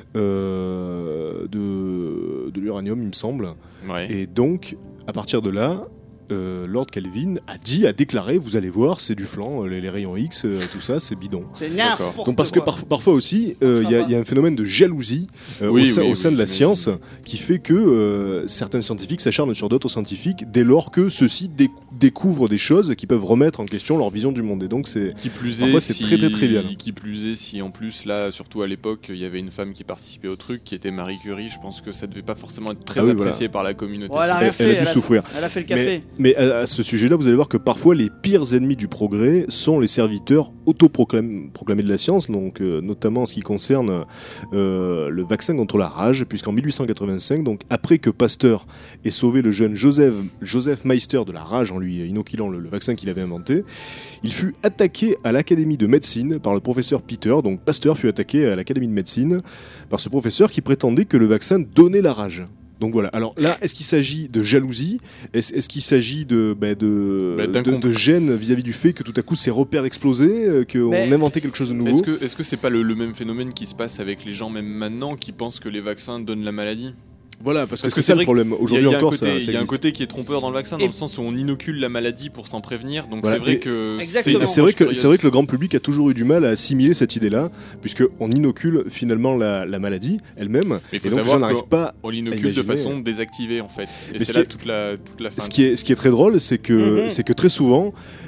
Speaker 4: euh, de, de l'uranium, il me semble.
Speaker 5: Ouais.
Speaker 4: Et donc, à partir de là, euh, Lord Kelvin a dit, a déclaré, vous allez voir, c'est du flanc, les, les rayons X, euh, tout ça, c'est bidon.
Speaker 6: C'est
Speaker 5: D'accord.
Speaker 6: n'importe
Speaker 4: Donc parce que
Speaker 6: quoi.
Speaker 4: par- parfois aussi, euh, il y, a- il y a un phénomène de jalousie euh,
Speaker 5: Oui,
Speaker 4: au sein,
Speaker 5: oui,
Speaker 4: au sein
Speaker 5: oui,
Speaker 4: de la
Speaker 5: j'imagine.
Speaker 4: science qui fait que euh, certains scientifiques s'acharnent sur d'autres scientifiques dès lors que ceux-ci dé- découvrent des choses qui peuvent remettre en question leur vision du monde. Et donc c'est
Speaker 5: Qui plus
Speaker 4: Parfois,
Speaker 5: est,
Speaker 4: c'est
Speaker 5: si,
Speaker 4: très, très trivial.
Speaker 5: Qui plus est, si en plus là, surtout à l'époque, il y avait une femme qui participait au truc, qui était Marie Curie, je pense que ça devait pas forcément être très
Speaker 4: Ah oui,
Speaker 5: apprécié par la communauté.
Speaker 6: Ouais, elle a
Speaker 4: elle,
Speaker 6: rien fait,
Speaker 4: elle a dû
Speaker 6: elle a-
Speaker 4: souffrir.
Speaker 6: Elle a fait le
Speaker 4: Mais,
Speaker 6: café.
Speaker 4: mais à, à ce sujet-là, vous allez voir que parfois les pires ennemis du progrès sont les serviteurs autoproclamés proclamés de la science, donc euh, notamment en ce qui concerne euh, le vaccin contre la rage, puisqu'en mille huit cent quatre-vingt-cinq, donc après que Pasteur ait sauvé le jeune Joseph, Joseph Meister de la rage en lui inoculant le, le vaccin qu'il avait inventé, il fut attaqué à l'Académie de médecine par le professeur Peter. Donc Pasteur fut attaqué à l'Académie de médecine par ce professeur qui prétendait que le vaccin donnait la rage. Donc voilà. Alors là, est-ce qu'il s'agit de jalousie ? Est-ce, est-ce qu'il s'agit de, bah, de,
Speaker 5: Bah, d'un
Speaker 4: de,
Speaker 5: comp-
Speaker 4: de gêne vis-à-vis du fait que tout à coup ces repères explosaient, euh, qu'on
Speaker 6: Mais-
Speaker 4: inventait quelque chose de nouveau ?
Speaker 5: Est-ce que est-ce que c'est pas le, le même phénomène qui se passe avec les gens même maintenant qui pensent que les vaccins donnent la maladie ?
Speaker 4: Voilà, parce que
Speaker 5: Parce
Speaker 4: c'est
Speaker 5: que
Speaker 4: ça
Speaker 5: c'est
Speaker 4: le
Speaker 5: vrai
Speaker 4: problème.
Speaker 5: Il y a-
Speaker 4: Aujourd'hui
Speaker 5: il y a un
Speaker 4: encore,
Speaker 5: côté-
Speaker 4: ça, ça
Speaker 5: il y a un
Speaker 4: existe.
Speaker 5: côté qui est trompeur dans le vaccin, dans
Speaker 6: Et-
Speaker 5: le sens où on inocule la maladie pour s'en prévenir. Donc
Speaker 4: Voilà,
Speaker 5: c'est vrai
Speaker 4: et-
Speaker 5: que
Speaker 6: Exactement.
Speaker 5: une
Speaker 4: C'est vrai,
Speaker 5: approche
Speaker 4: que,
Speaker 5: curieuse.
Speaker 4: c'est vrai que le grand public a toujours eu du mal à assimiler cette idée-là, puisqu'on inocule finalement la, la maladie elle-même.
Speaker 5: Mais il faut
Speaker 4: Et donc les gens
Speaker 5: savoir
Speaker 4: n'arrivent
Speaker 5: qu'on
Speaker 4: pas.
Speaker 5: on l'inocule
Speaker 4: imaginer.
Speaker 5: de façon désactivée en fait. Et
Speaker 4: Mais
Speaker 5: c'est
Speaker 4: ce
Speaker 5: là
Speaker 4: qui est-
Speaker 5: toute la toute la fin.
Speaker 4: Ce qui est, ce qui est très drôle, c'est que,
Speaker 6: Mhm.
Speaker 4: c'est que très souvent,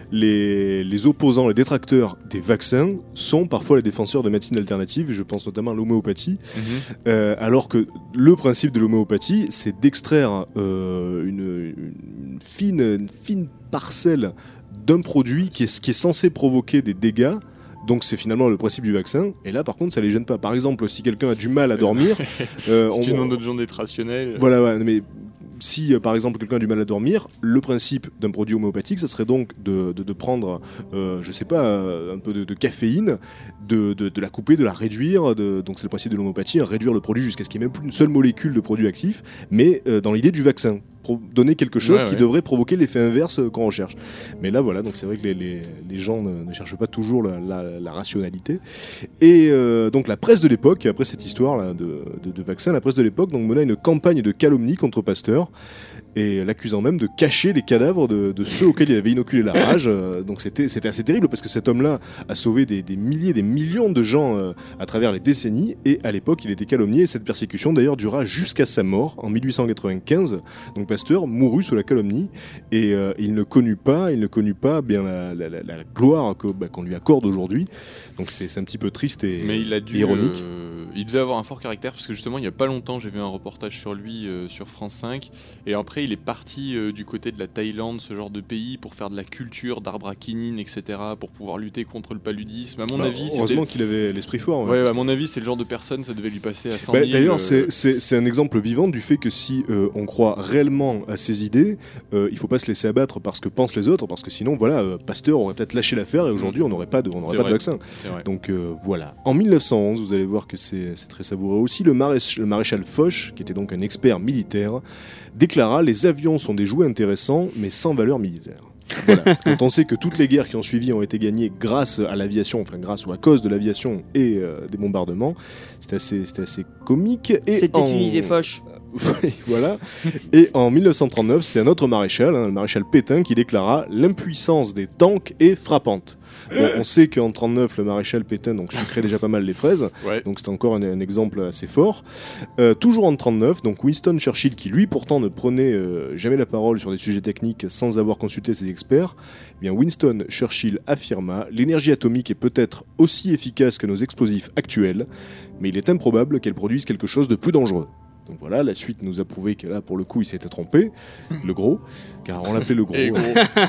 Speaker 4: les, les opposants, les détracteurs des vaccins sont parfois les défenseurs de médecine alternative, et je pense notamment à l'homéopathie,
Speaker 5: Mhm.
Speaker 4: euh, alors que le principe de l'homéopathie, c'est d'extraire euh, une, une fine, une fine parcelle d'un produit qui est, qui est censé provoquer des dégâts. Donc c'est finalement le principe du vaccin. Et là, par contre, ça les gêne pas. Par exemple, si quelqu'un a du mal à dormir, euh,
Speaker 5: Si
Speaker 4: on-
Speaker 5: tu demandes aux gens d'être rationnels.
Speaker 4: voilà, ouais, mais si euh, par exemple quelqu'un a du mal à dormir, le principe d'un produit homéopathique, ça serait donc de, de, de prendre, euh, je sais pas, euh, un peu de, de caféine, de, de, de la couper, de la réduire. De, donc c'est le principe de l'homéopathie, hein, réduire le produit jusqu'à ce qu'il n'y ait même plus une seule molécule de produit actif, mais euh, dans l'idée du vaccin. Pro- donner quelque chose
Speaker 5: Ouais,
Speaker 4: qui
Speaker 5: ouais.
Speaker 4: devrait provoquer l'effet inverse euh, qu'on recherche. Mais là, voilà, donc c'est vrai que les, les, les gens ne, ne cherchent pas toujours la, la- la rationalité. Et euh, donc la presse de l'époque, après cette histoire là, de, de, de vaccin, la presse de l'époque donc, mena une campagne de calomnie contre Pasteur, et l'accusant même de cacher les cadavres de, de ceux auxquels il avait inoculé la rage. Euh, donc c'était c'était assez terrible, parce que cet homme-là a sauvé des, des milliers, des millions de gens euh, à travers les décennies, et à l'époque il était calomnié, et cette persécution d'ailleurs dura jusqu'à sa mort en mille huit cent quatre-vingt-quinze. Donc Pasteur mourut sous la calomnie, et euh, il ne connut pas, il ne connut pas bien la, la- la- la gloire que- bah, qu'on lui accorde aujourd'hui. Donc c'est c'est un petit peu triste et,
Speaker 5: Mais il a
Speaker 4: et
Speaker 5: dû.
Speaker 4: ironique.
Speaker 5: euh, il devait avoir un fort caractère, parce que justement, il n'y a pas longtemps, j'ai vu un reportage sur lui euh, sur France cinq. Et après, il est parti euh, du côté de la Thaïlande, ce genre de pays, pour faire de la culture d'arbres à quinine, et cetera, pour pouvoir lutter contre le paludisme. À mon
Speaker 4: Bah,
Speaker 5: avis,
Speaker 4: heureusement
Speaker 5: c'était-
Speaker 4: qu'il avait l'esprit fort. ouais,
Speaker 5: Ouais,
Speaker 4: parce
Speaker 5: à mon avis, c'est le genre de personne, ça devait lui passer à cent
Speaker 4: Bah,
Speaker 5: mille.
Speaker 4: D'ailleurs,
Speaker 5: euh,
Speaker 4: c'est- c'est c'est un exemple vivant du fait que si euh, on croit réellement à ses idées, euh, il faut pas se laisser abattre par ce que pensent les autres, parce que sinon, voilà, euh, Pasteur aurait peut-être lâché l'affaire et aujourd'hui, on n'aurait pas de, on n'aurait
Speaker 5: C'est
Speaker 4: pas de
Speaker 5: vrai.
Speaker 4: vaccin.
Speaker 5: c'est vrai.
Speaker 4: Donc euh, voilà. En mille neuf cent onze, vous allez voir que c'est c'est très savoureux aussi, le, maréch- le maréchal Foch, qui était donc un expert militaire, déclara: les avions sont des jouets intéressants, mais sans valeur militaire. Voilà. Quand on sait que toutes les guerres qui ont suivi ont été gagnées grâce à l'aviation, enfin grâce ou à cause de l'aviation et euh, des bombardements, c'était assez, c'était assez comique. Et
Speaker 6: C'était
Speaker 4: en-
Speaker 6: une idée fauche.
Speaker 4: Oui, voilà. Et en mille neuf cent trente-neuf, c'est un autre maréchal, hein, le maréchal Pétain, qui déclara: l'impuissance des tanks est frappante. Bon, on sait qu'en trente-neuf, le maréchal Pétain donc sucrait déjà pas mal les fraises.
Speaker 5: Ouais.
Speaker 4: Donc c'est encore un, un exemple assez fort. Euh, toujours en trente-neuf, donc Winston Churchill, qui lui pourtant ne prenait euh, jamais la parole sur des sujets techniques sans avoir consulté ses experts, eh bien Winston Churchill affirma: l'énergie atomique est peut-être aussi efficace que nos explosifs actuels, mais il est improbable qu'elle produise quelque chose de plus dangereux. Donc voilà, la suite nous a prouvé que là, pour le coup, il s'était trompé, le gros, car on l'appelait le gros.
Speaker 5: Et gros.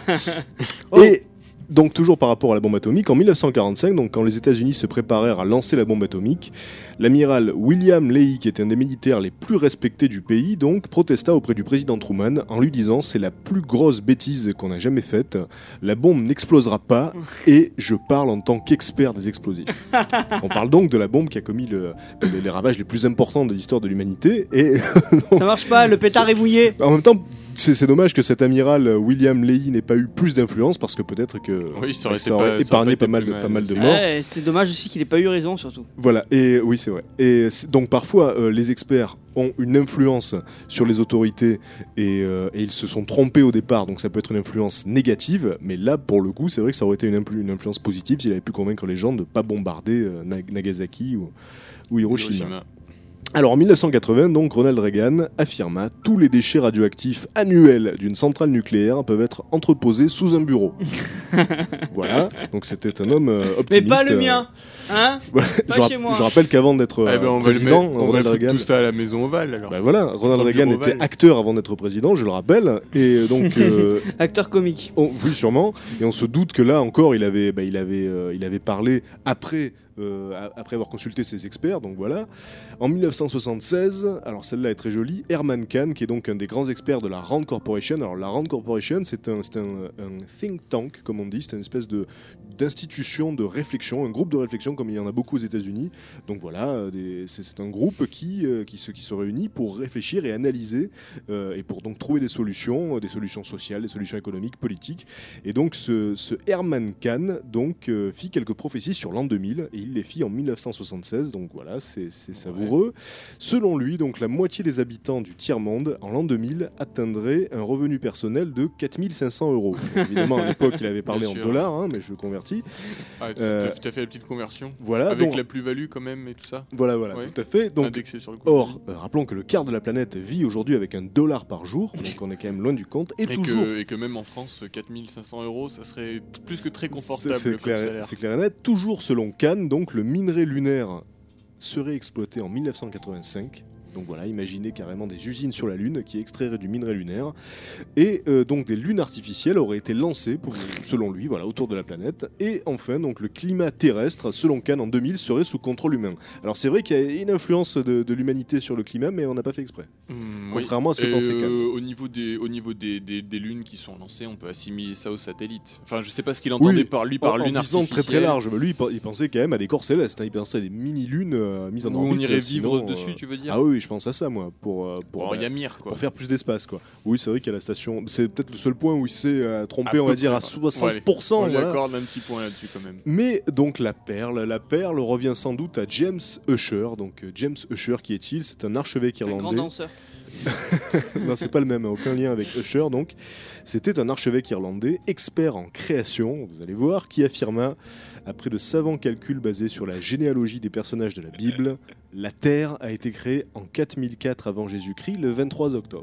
Speaker 4: Et donc toujours par rapport à la bombe atomique, en mille neuf cent quarante-cinq, donc quand les États-Unis se préparèrent à lancer la bombe atomique, l'amiral William Leahy, qui était un des militaires les plus respectés du pays, donc protesta auprès du président Truman en lui disant: c'est la plus grosse bêtise qu'on a jamais faite, la bombe n'explosera pas, et je parle en tant qu'expert des explosifs. On parle donc de la bombe qui a commis le- les, les ravages les plus importants de l'histoire de l'humanité, et
Speaker 6: Ça marche pas, le pétard est mouillé.
Speaker 4: en même temps, c'est c'est dommage que cet amiral euh, William Leahy n'ait pas eu plus d'influence, parce que peut-être que
Speaker 5: Oui, ça aurait été
Speaker 4: ça aurait
Speaker 5: pas- ça aurait
Speaker 4: épargné
Speaker 5: pas
Speaker 4: pas
Speaker 5: été
Speaker 4: mal,
Speaker 5: plus
Speaker 4: de,
Speaker 5: mal
Speaker 4: pas mal de
Speaker 5: aussi.
Speaker 4: morts.
Speaker 6: Ouais, c'est dommage aussi qu'il ait pas eu raison, surtout.
Speaker 4: Voilà, et oui, c'est vrai. Et c'est- donc parfois, euh, les experts ont une influence sur les autorités et, euh, et ils se sont trompés au départ, donc ça peut être une influence négative, mais là, pour le coup, c'est vrai que ça aurait été une, influ- une influence positive s'il avait pu convaincre les gens de ne pas bombarder euh, Na- Nagasaki ou, ou Hiroshima.
Speaker 5: Hiroshima.
Speaker 4: Alors en mille neuf cent quatre-vingts, donc, Ronald Reagan affirma: tous les déchets radioactifs annuels d'une centrale nucléaire peuvent être entreposés sous un bureau. Voilà, donc c'était un homme euh,
Speaker 6: Mais
Speaker 4: optimiste.
Speaker 6: pas le
Speaker 4: euh,
Speaker 6: mien, hein.
Speaker 4: Ouais,
Speaker 6: Pas
Speaker 4: je, rap-
Speaker 6: chez moi.
Speaker 4: je rappelle qu'avant d'être
Speaker 5: Eh ben,
Speaker 4: euh,
Speaker 5: on va le
Speaker 4: président,
Speaker 5: mettre- on va
Speaker 4: Ronald
Speaker 5: foutre
Speaker 4: Reagan.
Speaker 5: tout ça à la maison ovale alors.
Speaker 4: Bah voilà, Ronald
Speaker 5: Dans le
Speaker 4: Reagan
Speaker 5: bureau
Speaker 4: était
Speaker 5: ovale.
Speaker 4: acteur avant d'être président, je le rappelle, et donc euh,
Speaker 6: Acteur comique.
Speaker 4: on, oui sûrement, et on se doute que là encore il avait, bah, il avait, euh, il avait parlé après. euh, a- après avoir consulté ses experts, donc voilà. En mille neuf cent soixante-seize, alors celle-là est très jolie, Herman Kahn, qui est donc un des grands experts de la Rand Corporation. Alors la Rand Corporation, c'est un, c'est un, un think tank, comme on dit, c'est une espèce de, d'institution de réflexion, un groupe de réflexion comme il y en a beaucoup aux États-Unis. Donc voilà, euh, des- c'est, c'est un groupe qui, euh, qui, se, qui se réunit pour réfléchir et analyser, euh, et pour donc trouver des solutions, euh, des solutions sociales, des solutions économiques, politiques. Et donc ce, ce Herman Kahn donc, euh, fit quelques prophéties sur l'an deux mille, et il l'île Les Filles en mille neuf cent soixante-seize, donc voilà, c'est, c'est savoureux. Selon lui, donc la moitié des habitants du tiers-monde en l'an deux mille atteindraient un revenu personnel de quatre mille cinq cents euros. Évidemment, à l'époque, il avait parlé
Speaker 5: Bien
Speaker 4: en
Speaker 5: sûr.
Speaker 4: dollars, hein, mais je le convertis.
Speaker 5: Ah, tu
Speaker 4: Euh,
Speaker 5: as fait la petite conversion
Speaker 4: Voilà,
Speaker 5: avec
Speaker 4: donc,
Speaker 5: la plus-value quand même et tout ça.
Speaker 4: voilà, voilà,
Speaker 5: Ouais.
Speaker 4: tout à fait. Donc,
Speaker 5: Indexé sur le coup.
Speaker 4: or, euh, rappelons que le quart de la planète vit aujourd'hui avec un dollar par jour, donc on est quand même loin du compte, et,
Speaker 5: Et
Speaker 4: toujours.
Speaker 5: que, et que même en France, quatre mille cinq cents euros, ça serait plus que très confortable
Speaker 4: C'est- c'est
Speaker 5: comme
Speaker 4: clair,
Speaker 5: salaire.
Speaker 4: c'est clair et net. Toujours selon Cannes, donc le minerai lunaire serait exploité en mille neuf cent quatre-vingt-cinq. Donc voilà, imaginez carrément des usines sur la Lune qui extrairaient du minerai lunaire. Et euh, donc des lunes artificielles auraient été lancées, pour, selon lui, voilà, autour de la planète. Et enfin, donc le climat terrestre, selon Cannes, en deux mille, serait sous contrôle humain. Alors c'est vrai qu'il y a une influence de, de l'humanité sur le climat, mais on n'a pas fait exprès.
Speaker 5: Mmh,
Speaker 4: Contrairement à ce que
Speaker 5: Et,
Speaker 4: pensait
Speaker 5: euh,
Speaker 4: Cannes.
Speaker 5: Au niveau, des, au niveau des, des, des lunes qui sont lancées, on peut assimiler ça aux satellites. Enfin, je sais pas ce qu'il entendait
Speaker 4: Oui,
Speaker 5: par lui par
Speaker 4: en,
Speaker 5: lune
Speaker 4: en visant
Speaker 5: artificielle.
Speaker 4: très très large. Mais lui, il pen- il pensait quand même à des corps célestes. hein. Il pensait à des mini-lunes euh, mises en
Speaker 5: Où
Speaker 4: orbite.
Speaker 5: on irait
Speaker 4: sinon,
Speaker 5: vivre
Speaker 4: euh,
Speaker 5: dessus, tu veux dire
Speaker 4: Ah oui, oui, je pense à ça, moi. Pour, euh, pour,
Speaker 5: Bon,
Speaker 4: bah,
Speaker 5: il y a Mir, quoi.
Speaker 4: pour faire plus d'espace, quoi. Oui, c'est vrai qu'il y a la station. C'est peut-être le seul point où il s'est euh, trompé,
Speaker 5: À
Speaker 4: on va
Speaker 5: peu
Speaker 4: dire,
Speaker 5: près,
Speaker 4: à
Speaker 5: quoi.
Speaker 4: soixante pour cent.
Speaker 5: On lui
Speaker 4: voilà.
Speaker 5: accorde un petit point là-dessus quand même.
Speaker 4: Mais donc la perle, la perle revient sans doute à James Usher. Donc euh, James Usher, qui est-il? C'est un archevêque
Speaker 6: Un grand
Speaker 4: irlandais.
Speaker 6: danseur.
Speaker 4: Non, c'est pas le même, aucun lien avec Usher. Donc, c'était un archevêque irlandais, expert en création, vous allez voir, qui affirma, après de savants calculs basés sur la généalogie des personnages de la Bible, la Terre a été créée en quatre mille quatre avant Jésus-Christ, le vingt-trois octobre.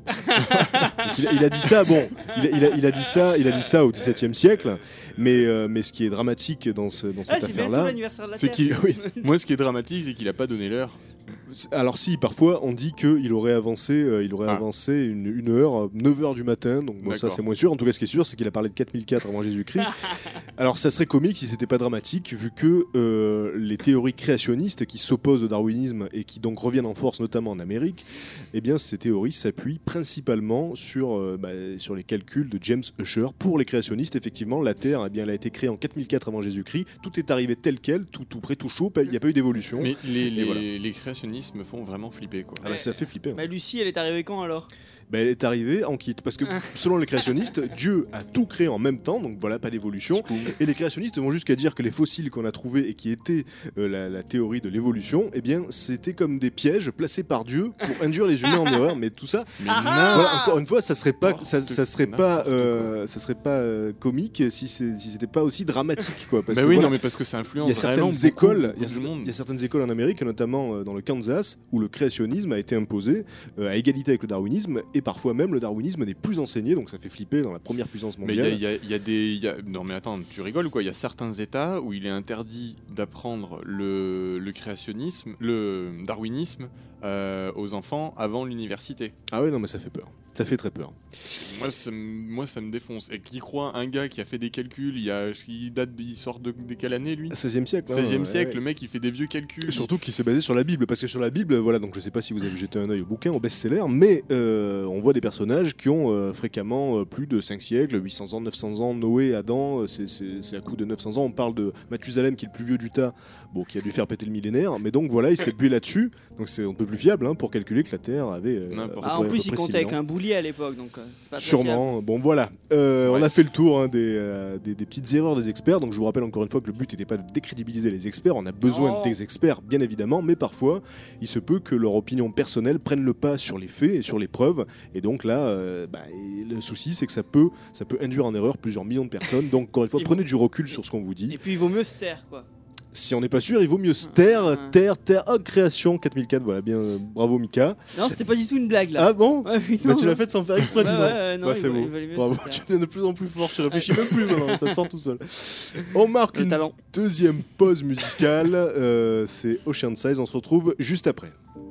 Speaker 4: Donc, il, a, il a dit ça, bon, il a, il a- il a dit ça, il a dit ça au dix-septième siècle, mais, euh, mais ce qui est dramatique dans, ce- dans
Speaker 6: Ah,
Speaker 4: cette
Speaker 6: c'est bientôt
Speaker 4: affaire-là,
Speaker 6: l'anniversaire de la
Speaker 4: c'est
Speaker 6: Terre.
Speaker 4: qu'il, oui,
Speaker 5: Moi, ce qui est dramatique, c'est qu'il a pas donné l'heure.
Speaker 4: alors si, parfois on dit qu'il aurait avancé, euh, il aurait
Speaker 5: Ah.
Speaker 4: avancé une, une heure, euh, neuf heures du matin, donc bon, ça
Speaker 5: D'accord.
Speaker 4: c'est moins sûr. En tout cas, ce qui est sûr, c'est qu'il a parlé de quatre mille quatre avant Jésus-Christ. Alors ça serait comique si c'était pas dramatique, vu que euh, les théories créationnistes qui s'opposent au darwinisme et qui donc reviennent en force, notamment en Amérique, eh bien ces théories s'appuient principalement sur, euh, bah, sur les calculs de James Usher. Pour les créationnistes, effectivement, la Terre, eh bien, elle a été créée en quatre mille quatre avant Jésus-Christ. Tout est arrivé tel quel, tout, tout prêt, tout chaud. Il n'y a pas eu d'évolution.
Speaker 5: Mais les, les,
Speaker 4: voilà.
Speaker 5: les créationnistes me font vraiment flipper, quoi.
Speaker 4: Ah bah, ça fait flipper. hein.
Speaker 6: Bah, Lucie, elle est arrivée quand alors
Speaker 4: Ben, elle est arrivée en kit. Parce que selon les créationnistes, Dieu a tout créé en même temps, donc voilà, pas d'évolution. Et les créationnistes vont jusqu'à dire que les fossiles qu'on a trouvés et qui étaient euh, la, la théorie de l'évolution, eh bien, c'était comme des pièges placés par Dieu pour induire les humains en erreur. Mais tout ça,
Speaker 5: Mais
Speaker 4: voilà, encore une fois, ça serait pas, ça,
Speaker 5: N'importe-
Speaker 4: ça serait pas,
Speaker 5: n'importe
Speaker 4: euh, ça serait pas euh, comique si, c'est- si c'était pas aussi dramatique, quoi. Parce
Speaker 5: Bah
Speaker 4: que
Speaker 5: oui,
Speaker 4: voilà,
Speaker 5: non, mais parce que ça influence
Speaker 4: il y a
Speaker 5: vraiment
Speaker 4: certaines
Speaker 5: beaucoup,
Speaker 4: écoles,
Speaker 5: beaucoup
Speaker 4: il y a
Speaker 5: de
Speaker 4: certaines-
Speaker 5: monde.
Speaker 4: il y a certaines écoles en Amérique, notamment euh, dans le Kansas, où le créationnisme a été imposé euh, à égalité avec le darwinisme, et parfois même le darwinisme n'est plus enseigné, donc ça fait flipper dans la première puissance
Speaker 5: Mais il y a,
Speaker 4: mondiale.
Speaker 5: il y a- il y a des. il y a- Non, mais attends, tu rigoles ou quoi? Il y a certains États où il est interdit d'apprendre le, le créationnisme, le darwinisme euh, aux enfants avant l'université.
Speaker 4: Ah ouais, non, mais ça fait peur. Ça fait très peur.
Speaker 5: Moi ça, me- moi, ça me défonce. Et qui croit un gars qui a fait des calculs, il, y a, il, date, il sort de, de quelle année lui?
Speaker 4: seizième siècle. hein,
Speaker 5: seizième
Speaker 4: ouais,
Speaker 5: siècle,
Speaker 4: ouais.
Speaker 5: le mec il fait des vieux calculs.
Speaker 4: Et surtout qui s'est basé sur la Bible, parce que sur la Bible, voilà, donc je sais pas si vous avez jeté un œil au bouquin, au best-seller, mais euh, on voit des personnages qui ont euh, fréquemment euh, plus de cinq siècles, huit cents ans, neuf cents ans, Noé, Adam, euh, c'est- c'est c'est à coup de neuf cents ans. On parle de Mathusalem qui est le plus vieux du tas, bon, qui a dû faire péter le millénaire, mais donc voilà, il s'est bué là-dessus, donc c'est un peu plus fiable hein, pour calculer que la Terre avait. euh,
Speaker 5: N'importe
Speaker 4: à
Speaker 6: Ah,
Speaker 4: peu
Speaker 6: en
Speaker 4: près- à
Speaker 6: plus,
Speaker 4: peu
Speaker 6: il
Speaker 4: près
Speaker 6: comptait
Speaker 4: six mille
Speaker 6: avec
Speaker 4: ans.
Speaker 6: un boulier à l'époque, donc euh, c'est pas très fiable.
Speaker 4: Sûrement. Bon, voilà. Euh, on a
Speaker 5: Bref.
Speaker 4: fait le tour hein, des, euh, des, des petites erreurs des experts. Donc, je vous rappelle encore une fois que le but n'était pas de décrédibiliser les experts. On a besoin
Speaker 6: Non.
Speaker 4: des experts, bien évidemment, mais parfois, il se peut que leur opinion personnelle prenne le pas sur les faits et sur les preuves. Et donc là, euh, bah, et le souci, c'est que ça peut, ça peut induire en erreur plusieurs millions de personnes. Donc, encore une fois,
Speaker 6: Et
Speaker 4: prenez
Speaker 6: vous-
Speaker 4: du recul sur ce qu'on vous dit.
Speaker 6: Et puis, il vaut mieux se taire, quoi.
Speaker 4: Si on n'est pas sûr, il vaut mieux se taire,
Speaker 6: Ouais.
Speaker 4: taire, taire. Oh, création quatre mille quatre, voilà, bien, euh, bravo Mika.
Speaker 6: Non, c'était pas du tout une blague, là.
Speaker 4: Ah bon
Speaker 6: Ouais, putain,
Speaker 4: Bah, tu l'as
Speaker 6: ouais.
Speaker 4: fait sans faire exprès,
Speaker 6: Ouais,
Speaker 4: dis donc.
Speaker 6: ouais, ouais, non,
Speaker 4: Bah,
Speaker 6: il
Speaker 4: c'est
Speaker 6: valait-
Speaker 4: beau.
Speaker 6: il valait mieux
Speaker 4: Bravo,
Speaker 6: se
Speaker 4: tu
Speaker 6: taire.
Speaker 4: deviens de plus en plus fort, tu réfléchis même plus maintenant, ça sort tout seul. On marque
Speaker 6: Le
Speaker 4: une
Speaker 6: talent.
Speaker 4: deuxième pause musicale, euh, c'est Ocean Size, on se retrouve juste après.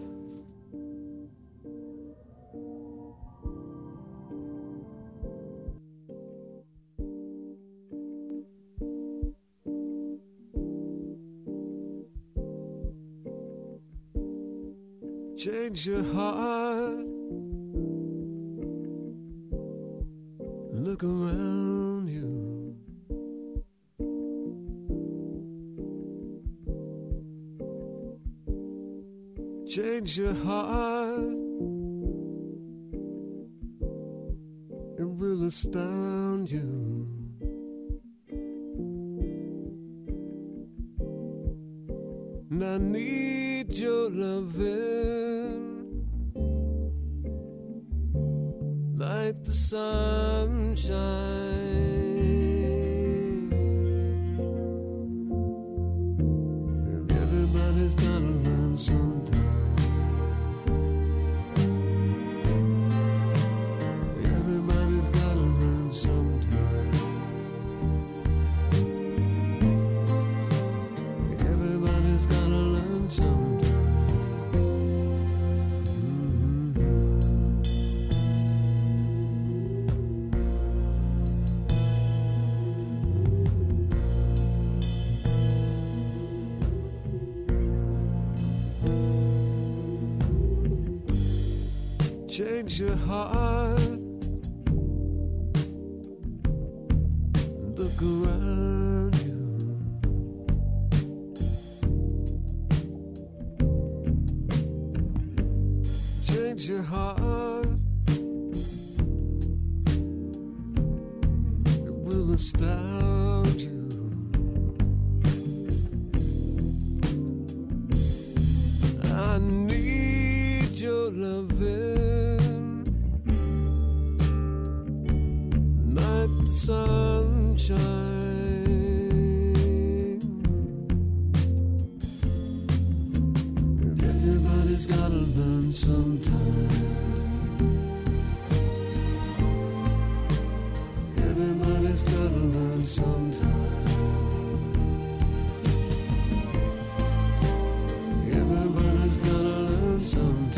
Speaker 8: Change your heart. Look around you. Change your heart. It will astound you. I need your loving like the sunshine. And everybody's gotta learn sometime. Everybody's gotta learn sometime. Everybody's gotta learn sometime. Change your heart. Look around you. Change your heart. It will astound you. I need your loving. Sunshine. Everybody's gotta learn sometime. Everybody's gotta learn sometime. Everybody's gotta learn sometime.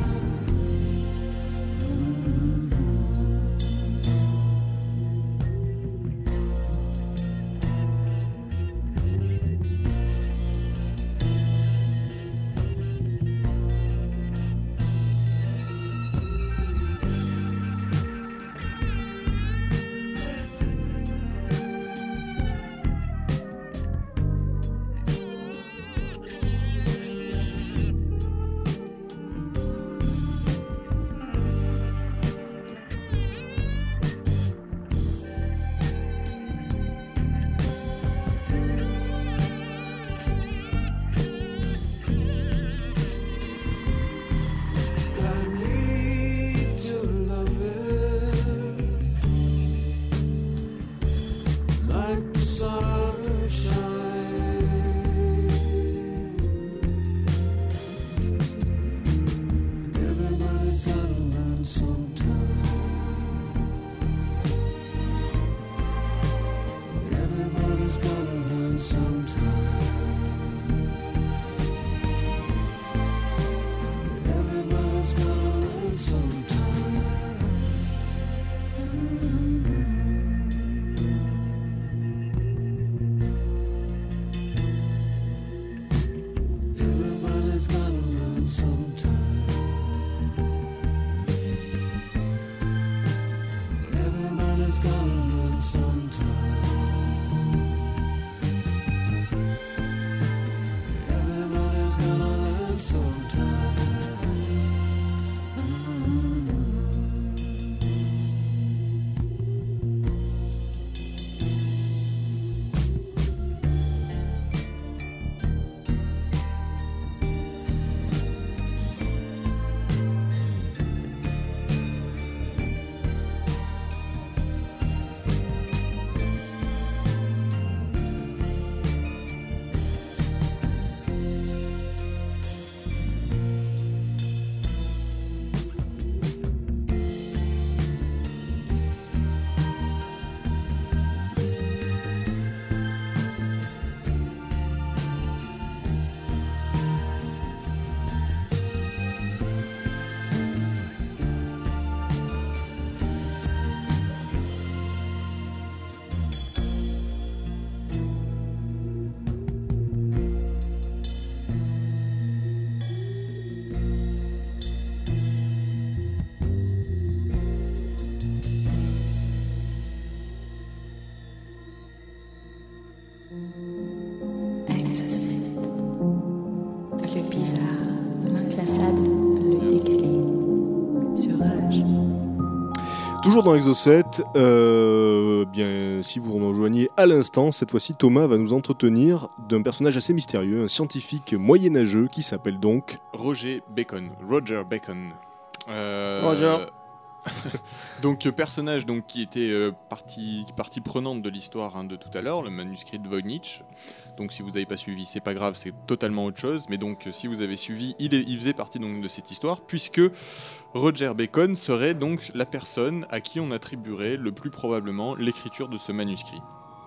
Speaker 2: Le bizarre, l'inclassable, le décalé. Sur Rage.
Speaker 4: Toujours dans Exo sept, euh, bien, si vous nous rejoignez à l'instant, cette fois-ci Thomas va nous entretenir d'un personnage assez mystérieux, un scientifique moyenâgeux qui s'appelle donc
Speaker 5: Roger Bacon. Roger Bacon. Euh,
Speaker 6: Roger.
Speaker 5: donc personnage donc qui était euh, partie partie prenante de l'histoire hein, de tout à l'heure, le manuscrit de Voynich. Donc si vous n'avez pas suivi, c'est pas grave, c'est totalement autre chose. Mais donc si vous avez suivi, il, est, il faisait partie donc de cette histoire, puisque Roger Bacon serait donc la personne à qui on attribuerait le plus probablement l'écriture de ce manuscrit.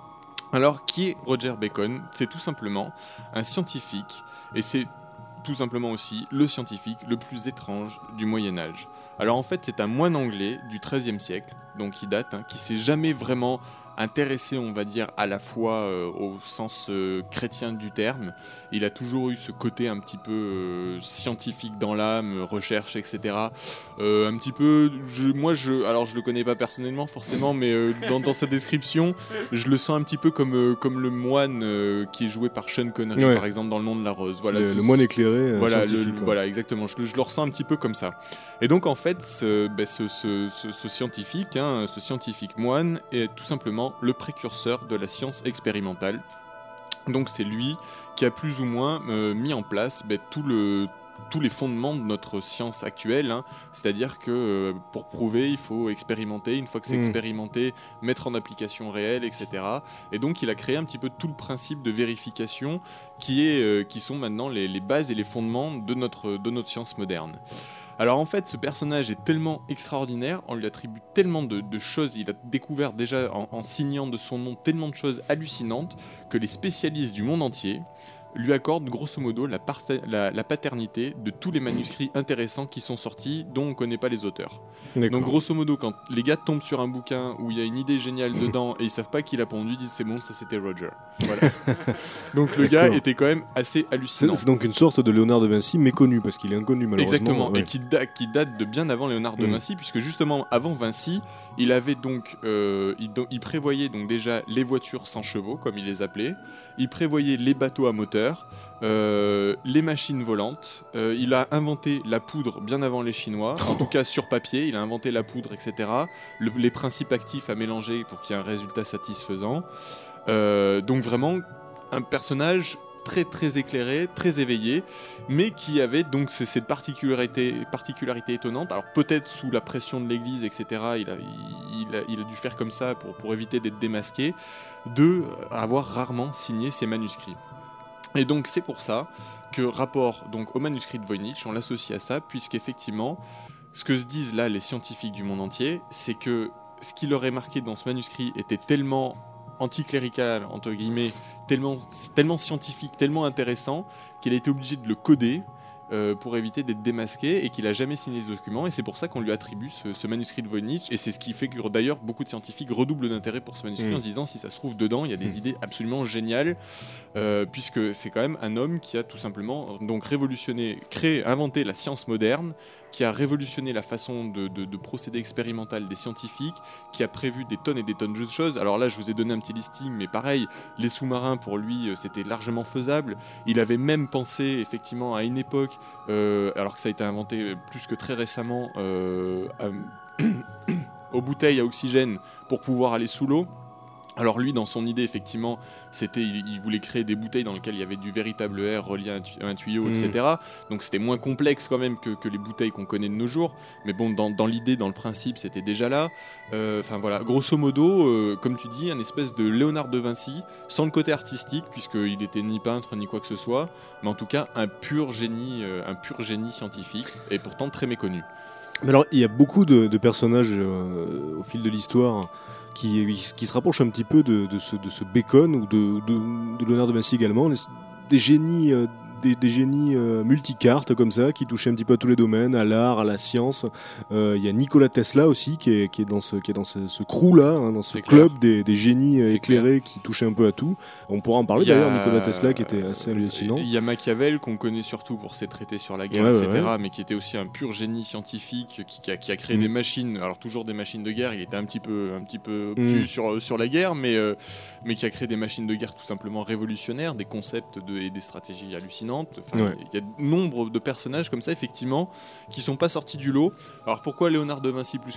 Speaker 5: Alors qui est Roger Bacon ? C'est tout simplement un scientifique, et c'est tout simplement aussi le scientifique le plus étrange du Moyen-Âge. Alors en fait, c'est un moine anglais du treizième siècle, donc qui date, hein, qui s'est jamais vraiment intéressé, on va dire, à la foi euh, au sens euh, chrétien du terme. Il a toujours eu ce côté un petit peu euh, scientifique dans l'âme, recherche, et cetera. Euh, un petit peu, je, moi, je, alors je le connais pas personnellement forcément, mais euh, dans, dans sa description, je le sens un petit peu comme, euh, comme le moine euh, qui est joué par Sean Connery,
Speaker 4: Ouais.
Speaker 5: par exemple, dans Le Nom de la Rose. Voilà,
Speaker 4: le,
Speaker 5: ce-
Speaker 4: le moine éclairé euh,
Speaker 5: voilà, le-
Speaker 4: scientifique.
Speaker 5: le-
Speaker 4: quoi.
Speaker 5: voilà, exactement. Je, le- je le ressens un petit peu comme ça. Et donc en fait, ce, ben, ce, ce- ce- ce scientifique, hein, ce scientifique moine, est tout simplement le précurseur de la science expérimentale. Donc c'est lui qui a plus ou moins euh, mis en place ben, tout le tous les fondements de notre science actuelle, hein. C'est-à-dire que euh, pour prouver, il faut expérimenter, une fois que c'est
Speaker 4: Mm.
Speaker 5: expérimenté, mettre en application réelle, et cetera. Et donc il a créé un petit peu tout le principe de vérification qui, est, euh, qui sont maintenant les, les bases et les fondements de notre, de notre science moderne. Alors en fait, ce personnage est tellement extraordinaire, on lui attribue tellement de, de choses, il a découvert déjà en, en signant de son nom tellement de choses hallucinantes que les spécialistes du monde entier lui accordent grosso modo la, parfa- la, la paternité de tous les manuscrits intéressants qui sont sortis dont on ne connaît pas les auteurs.
Speaker 4: D'accord.
Speaker 5: Donc grosso modo, quand les gars tombent sur un bouquin où il y a une idée géniale dedans et ils savent pas qui l'a pondu, ils disent c'est bon, ça c'était Roger. Voilà. Donc le gars
Speaker 4: D'accord.
Speaker 5: était quand même assez
Speaker 4: C'est
Speaker 5: hallucinant.
Speaker 4: c'est donc une sorte de Léonard de Vinci méconnu parce qu'il est inconnu malheureusement.
Speaker 5: Exactement,
Speaker 4: Ouais.
Speaker 5: et qui, da- qui date de bien avant Léonard de
Speaker 4: Mm.
Speaker 5: Vinci, puisque justement avant Vinci, il avait donc, euh, il, do- il prévoyait donc déjà les voitures sans chevaux, comme il les appelait, il prévoyait les bateaux à moteur, euh, les machines volantes, euh, il a inventé la poudre bien avant les Chinois, en tout cas sur papier, il a inventé la poudre, et cetera. Le- les principes actifs à mélanger pour qu'il y ait un résultat satisfaisant. Euh, donc vraiment un personnage très très éclairé, très éveillé, mais qui avait donc c- cette particularité, particularité étonnante. Alors peut-être sous la pression de l'Église, et cetera. Il a, il, a, il a dû faire comme ça pour, pour éviter d'être démasqué, de avoir rarement signé ses manuscrits. Et donc c'est pour ça que rapport donc au manuscrit de Voynich, on l'associe à ça, puisqu'effectivement, ce que se disent là les scientifiques du monde entier, c'est que ce qui leur est marqué dans ce manuscrit était tellement anticlérical, entre guillemets, tellement, tellement scientifique, tellement intéressant, qu'il a été obligé de le coder euh, pour éviter d'être démasqué et qu'il a jamais signé ce document. Et c'est pour ça qu'on lui attribue ce, ce manuscrit de Voynich. Et c'est ce qui fait que d'ailleurs beaucoup de scientifiques redoublent d'intérêt pour ce manuscrit
Speaker 4: Mm.
Speaker 5: en se disant si ça se trouve dedans, il y a des
Speaker 4: Mm.
Speaker 5: idées absolument géniales, euh, puisque c'est quand même un homme qui a tout simplement donc révolutionné, créé, inventé la science moderne, qui a révolutionné la façon de, de, de procéder expérimental des scientifiques, qui a prévu des tonnes et des tonnes de choses. Alors là, je vous ai donné un petit listing, mais pareil, les sous-marins, pour lui, euh, c'était largement faisable. Il avait même pensé, effectivement, à une époque, euh, alors que ça a été inventé euh, plus que très récemment, euh, à- aux bouteilles à oxygène pour pouvoir aller sous l'eau. Alors lui, dans son idée, effectivement, c'était, il, il voulait créer des bouteilles dans lesquelles il y avait du véritable air relié à un, tu- à un tuyau,
Speaker 4: Mhm.
Speaker 5: et cetera. Donc c'était moins complexe quand même que, que les bouteilles qu'on connaît de nos jours. Mais bon, dans, dans l'idée, dans le principe, c'était déjà là. Euh, Enfin voilà, grosso modo, euh, comme tu dis, un espèce de Léonard de Vinci, sans le côté artistique, puisqu'il était ni peintre ni quoi que ce soit, mais en tout cas un pur génie, euh, un pur génie scientifique, et pourtant très méconnu.
Speaker 4: Mais alors, il y a beaucoup de, de personnages euh, au fil de l'histoire qui, qui se rapprochent un petit peu de, de, ce, de ce Bacon ou de, de, de Léonard de Vinci également, les- des génies, euh, des, des génies euh, multicartes comme ça, qui touchaient un petit peu à tous les domaines, à l'art, à la science. Euh, Il y a Nikola Tesla aussi qui est, qui est dans ce, qui est dans ce, ce crew-là, hein, dans ce
Speaker 5: C'est
Speaker 4: club des, des génies euh,
Speaker 5: C'est
Speaker 4: éclérés qui touchaient un peu à tout. On pourra en parler
Speaker 5: Il y a-
Speaker 4: d'ailleurs, Nikola Tesla qui était assez hallucinant.
Speaker 5: Il y a Machiavel qu'on connaît surtout pour ses traités sur la guerre,
Speaker 4: Ouais, ouais,
Speaker 5: et cetera, mais qui était aussi un pur génie scientifique qui, qui a, qui a créé
Speaker 4: Mm.
Speaker 5: des machines, alors toujours des machines de guerre. Il était un petit peu, un petit peu obtus
Speaker 4: Mm.
Speaker 5: sur, sur la guerre, mais, euh, mais qui a créé des machines de guerre tout simplement révolutionnaires, des concepts de, et des stratégies hallucinantes. Enfin,
Speaker 4: Ouais.
Speaker 5: Il y a nombre de personnages comme ça, effectivement, qui sont pas sortis du lot. Alors pourquoi Léonard de Vinci plus que les autres ?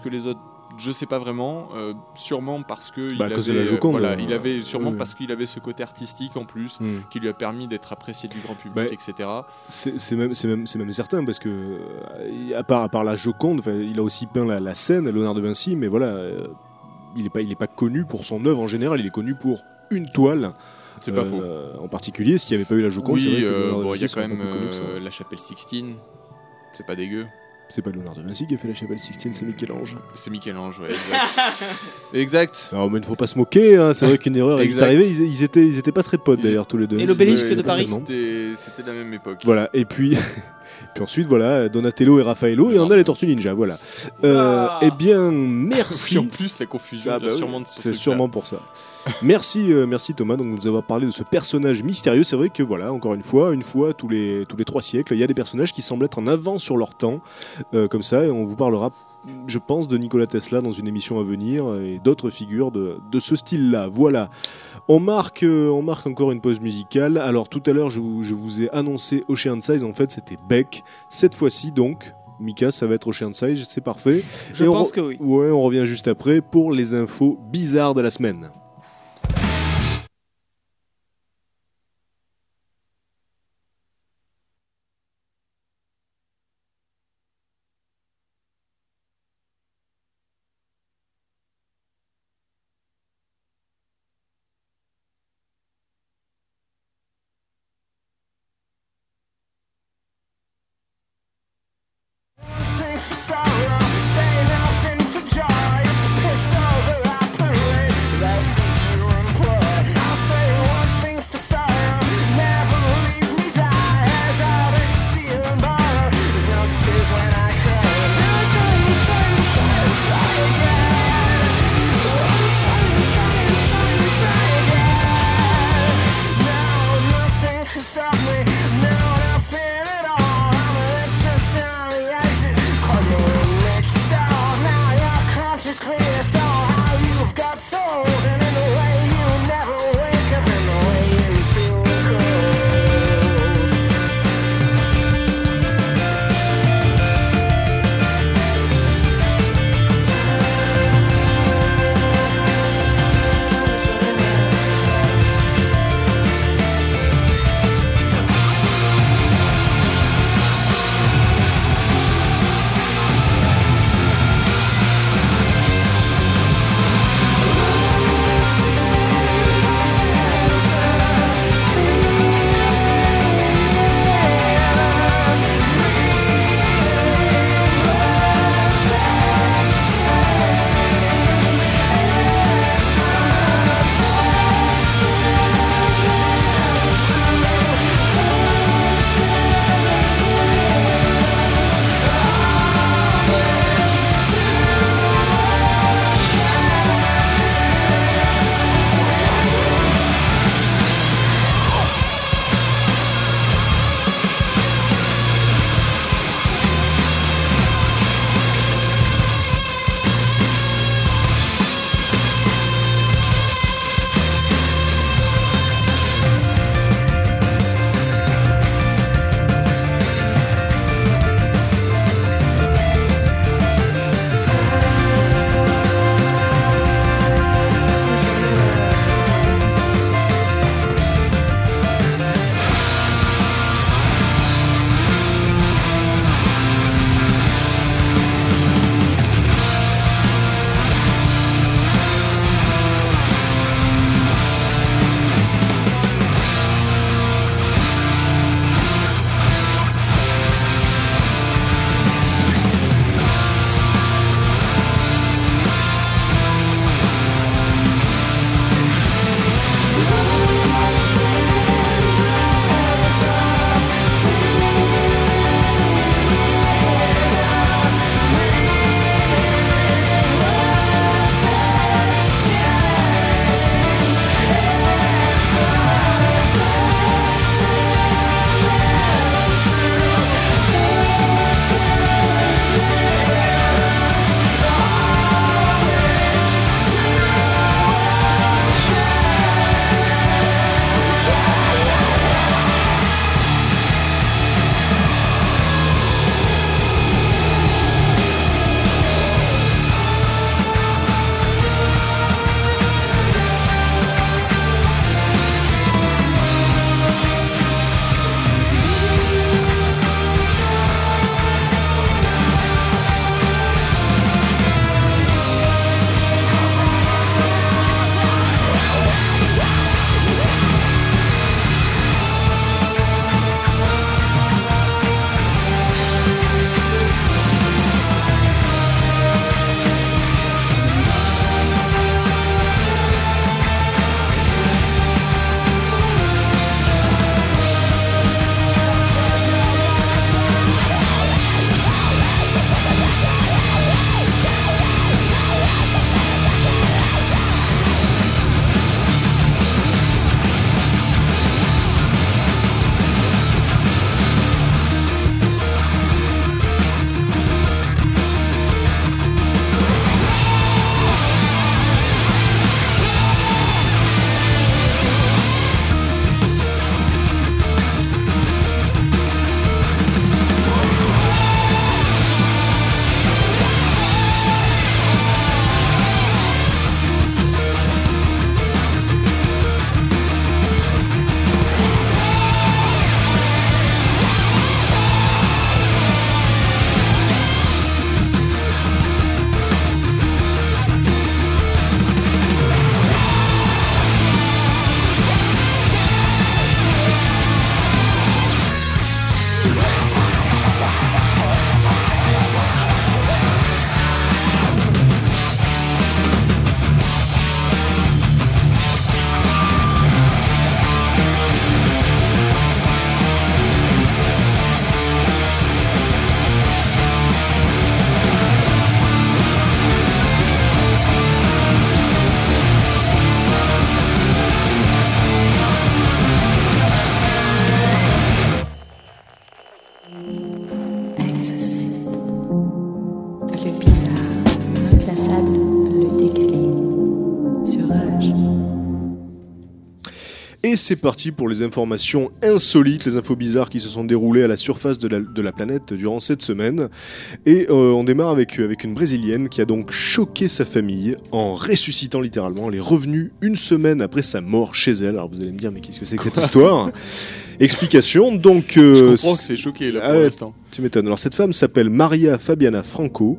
Speaker 5: je sais pas vraiment, euh, sûrement parce que
Speaker 4: Bah, à
Speaker 5: il
Speaker 4: cause
Speaker 5: avait,
Speaker 4: de la Joconde,
Speaker 5: voilà,
Speaker 4: euh,
Speaker 5: il avait sûrement
Speaker 4: oui.
Speaker 5: parce qu'il avait ce côté artistique en plus,
Speaker 4: Mm.
Speaker 5: qui lui a permis d'être apprécié du grand public,
Speaker 4: Bah,
Speaker 5: et cetera.
Speaker 4: C'est c'est même, c'est même, c'est même certain parce que euh, à part, à part la Joconde, enfin, il a aussi peint la, la scène, Léonard de Vinci, mais voilà, euh, il n'est pas, il est pas connu pour son œuvre en général, il est connu pour une toile.
Speaker 5: C'est pas
Speaker 4: euh,
Speaker 5: faux.
Speaker 4: En particulier, s'il n'y avait pas eu la Joconde, c'est vrai
Speaker 5: Oui,
Speaker 4: que
Speaker 5: euh,
Speaker 4: Léonard de
Speaker 5: bon, il
Speaker 4: Vinci
Speaker 5: y a
Speaker 4: serait
Speaker 5: quand même
Speaker 4: pas plus connu que ça.
Speaker 5: euh, la chapelle Sixtine, c'est pas dégueu.
Speaker 4: C'est pas Léonard de Vinci qui a fait la chapelle Sixtine, c'est Michel-Ange.
Speaker 5: C'est Michel-Ange, ouais, exact. exact.
Speaker 4: Alors, mais il ne faut pas se moquer, hein, c'est vrai qu'une erreur est
Speaker 5: Exact.
Speaker 4: arrivée, ils, ils, étaient, ils étaient pas très potes d'ailleurs, tous les deux.
Speaker 6: Et l'obélisque
Speaker 4: C'est-
Speaker 6: de Paris.
Speaker 4: totalement.
Speaker 5: C'était c'était de la même époque.
Speaker 4: Voilà, et puis, puis ensuite, voilà, Donatello et Raffaello, et on a les Tortues Ninja, voilà. Euh,
Speaker 6: Ouah.
Speaker 4: eh bien,
Speaker 5: Oui,
Speaker 4: merci.
Speaker 5: en plus, la confusion
Speaker 4: Ah
Speaker 5: vient
Speaker 4: bah oui,
Speaker 5: sûrement de ce
Speaker 4: c'est
Speaker 5: truc-là.
Speaker 4: sûrement pour ça. Merci, euh, merci Thomas, donc de nous avoir parlé de ce personnage mystérieux. C'est vrai que voilà, encore une fois, une fois tous les tous les trois siècles, il y a des personnages qui semblent être en avance sur leur temps, euh, comme ça, et on vous parlera, je pense, de Nikola Tesla dans une émission à venir et d'autres figures de, de ce style-là. Voilà. On marque, euh, on marque encore une pause musicale. Alors tout à l'heure, je vous, je vous ai annoncé Ocean Size. En fait, c'était Beck. Cette fois-ci, donc, Mika, ça va être Ocean Size. C'est parfait.
Speaker 6: Je
Speaker 4: Et on
Speaker 6: pense
Speaker 4: re-
Speaker 6: que oui.
Speaker 4: Ouais, on revient juste après pour les infos bizarres de la semaine.
Speaker 7: Nothing for sorrow, say nothing for joy. It's a piss over our parade. That's
Speaker 2: Exocet. Le bizarre, l'inclassable, le décalé. Sur Rage.
Speaker 4: Et c'est parti pour les informations insolites, les infos bizarres qui se sont déroulées à la surface de la, de la planète durant cette semaine. Et euh, on démarre avec, avec une Brésilienne qui a donc choqué sa famille en ressuscitant littéralement. Elle est revenue une semaine après sa mort chez elle. Alors vous allez me dire, mais qu'est-ce que c'est que cette histoire ? Explication, donc... Euh,
Speaker 5: Je comprends que c'est choqué là pour
Speaker 4: ah ouais,
Speaker 5: l'instant.
Speaker 4: Tu m'étonnes. Alors cette femme s'appelle Maria Fabiana Franco.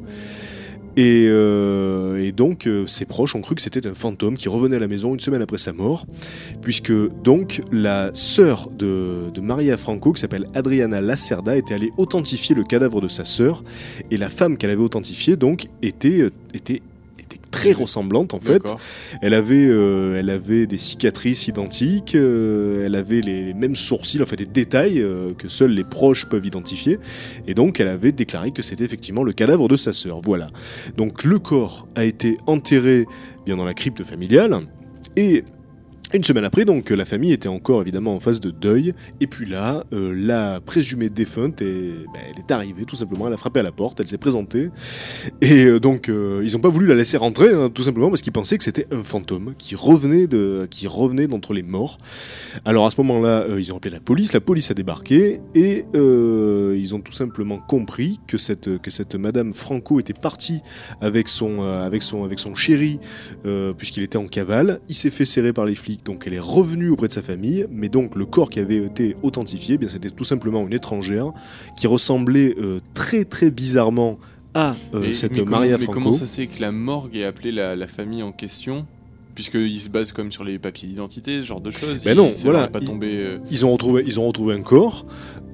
Speaker 4: Et, euh, et donc euh, ses proches ont cru que c'était un fantôme qui revenait à la maison une semaine après sa mort, puisque donc la sœur de, de Maria Franco, qui s'appelle Adriana Lacerda, était allée authentifier le cadavre de sa sœur, et la femme qu'elle avait authentifiée donc était, était, était très ressemblante en fait.
Speaker 5: D'accord.
Speaker 4: Elle avait, euh, elle avait des cicatrices identiques, euh, elle avait les, les mêmes sourcils, en fait des détails euh, que seuls les proches peuvent identifier, et donc elle avait déclaré que c'était effectivement le cadavre de sa sœur. Voilà. Donc le corps a été enterré bien dans la crypte familiale, et une semaine après, donc, la famille était encore évidemment en phase de deuil, et puis là, euh, la présumée défunte, est, ben, elle est arrivée tout simplement, elle a frappé à la porte, elle s'est présentée, et euh, donc euh, ils n'ont pas voulu la laisser rentrer, hein, tout simplement parce qu'ils pensaient que c'était un fantôme qui revenait, de, qui revenait d'entre les morts. Alors à ce moment-là, euh, ils ont appelé la police, la police a débarqué, et euh, ils ont tout simplement compris que cette, que cette madame Franco était partie avec son, euh, avec son, avec son chéri, euh, puisqu'il était en cavale, il s'est fait serrer par les flics. Donc elle est revenue auprès de sa famille, mais donc le corps qui avait été authentifié, eh bien c'était tout simplement une étrangère qui ressemblait euh, très très bizarrement à euh,
Speaker 5: Et-
Speaker 4: cette
Speaker 5: mais
Speaker 4: Maria
Speaker 5: comment,
Speaker 4: Franco.
Speaker 5: Mais comment ça se fait que la morgue ait appelé la, la famille en question, puisqu'ils se basent comme sur les papiers d'identité, ce genre de choses.
Speaker 4: Ben
Speaker 5: ils,
Speaker 4: non,
Speaker 5: ça
Speaker 4: voilà,
Speaker 5: leur est pas
Speaker 4: ils-
Speaker 5: tombé. euh,
Speaker 4: Ils ont retrouvé, ils ont retrouvé un corps.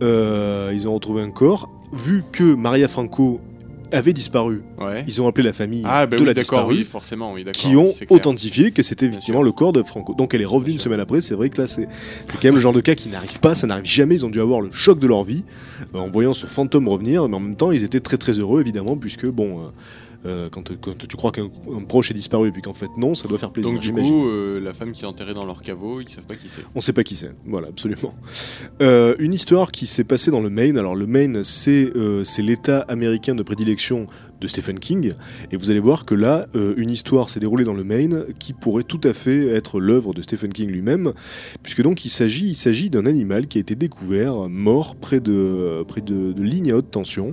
Speaker 4: euh, ils ont retrouvé un corps. Vu que Maria Franco avait disparu,
Speaker 5: Ouais.
Speaker 4: ils ont appelé la famille
Speaker 5: Ah bah
Speaker 4: de
Speaker 5: oui,
Speaker 4: la
Speaker 5: d'accord,
Speaker 4: disparue.
Speaker 5: oui, forcément, oui, d'accord.
Speaker 4: Qui ont
Speaker 5: c'est clair.
Speaker 4: authentifié que c'était effectivement
Speaker 5: sûr.
Speaker 4: le corps de Franco. Donc elle est revenue
Speaker 5: Bien
Speaker 4: une
Speaker 5: sûr.
Speaker 4: semaine après. C'est vrai que là, c'est c'est quand même le genre de cas qui n'arrive pas, ça n'arrive jamais. Ils ont dû avoir le choc de leur vie euh, en voyant ce fantôme revenir, mais en même temps, ils étaient très très heureux évidemment, puisque bon, euh, euh, quand, quand tu crois qu'un un proche est disparu et puis qu'en fait non, ça doit faire plaisir.
Speaker 5: Donc du
Speaker 4: j'imagine.
Speaker 5: coup, euh, la femme qui est enterrée dans leur caveau, ils savent pas qui c'est.
Speaker 4: On sait pas qui c'est, voilà, absolument. Euh, une histoire qui s'est passée dans le Maine. Alors le Maine, c'est euh, c'est l'État américain de prédilection de Stephen King, et vous allez voir que là, euh, une histoire s'est déroulée dans le Maine qui pourrait tout à fait être l'œuvre de Stephen King lui-même, puisque donc il s'agit, il s'agit d'un animal qui a été découvert mort près de, près de, de lignes à haute tension.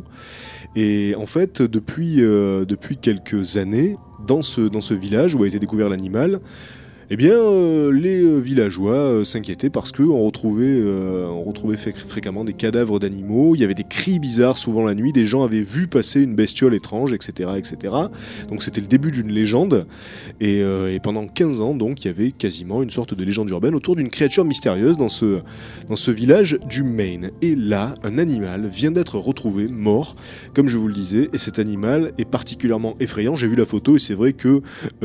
Speaker 4: Et en fait, depuis, euh, depuis quelques années, dans ce, dans ce village où a été découvert l'animal, eh bien, euh, les euh, villageois euh, s'inquiétaient parce qu'on retrouvait, euh, on retrouvait fré- fréquemment des cadavres d'animaux, il y avait des cris bizarres souvent la nuit, des gens avaient vu passer une bestiole étrange, et cetera, et cetera. Donc c'était le début d'une légende, et, euh, et pendant quinze ans, donc, il y avait quasiment une sorte de légende urbaine autour d'une créature mystérieuse dans ce, dans ce village du Maine. Et là, un animal vient d'être retrouvé mort, comme je vous le disais, et cet animal est particulièrement effrayant. J'ai vu la photo et c'est vrai que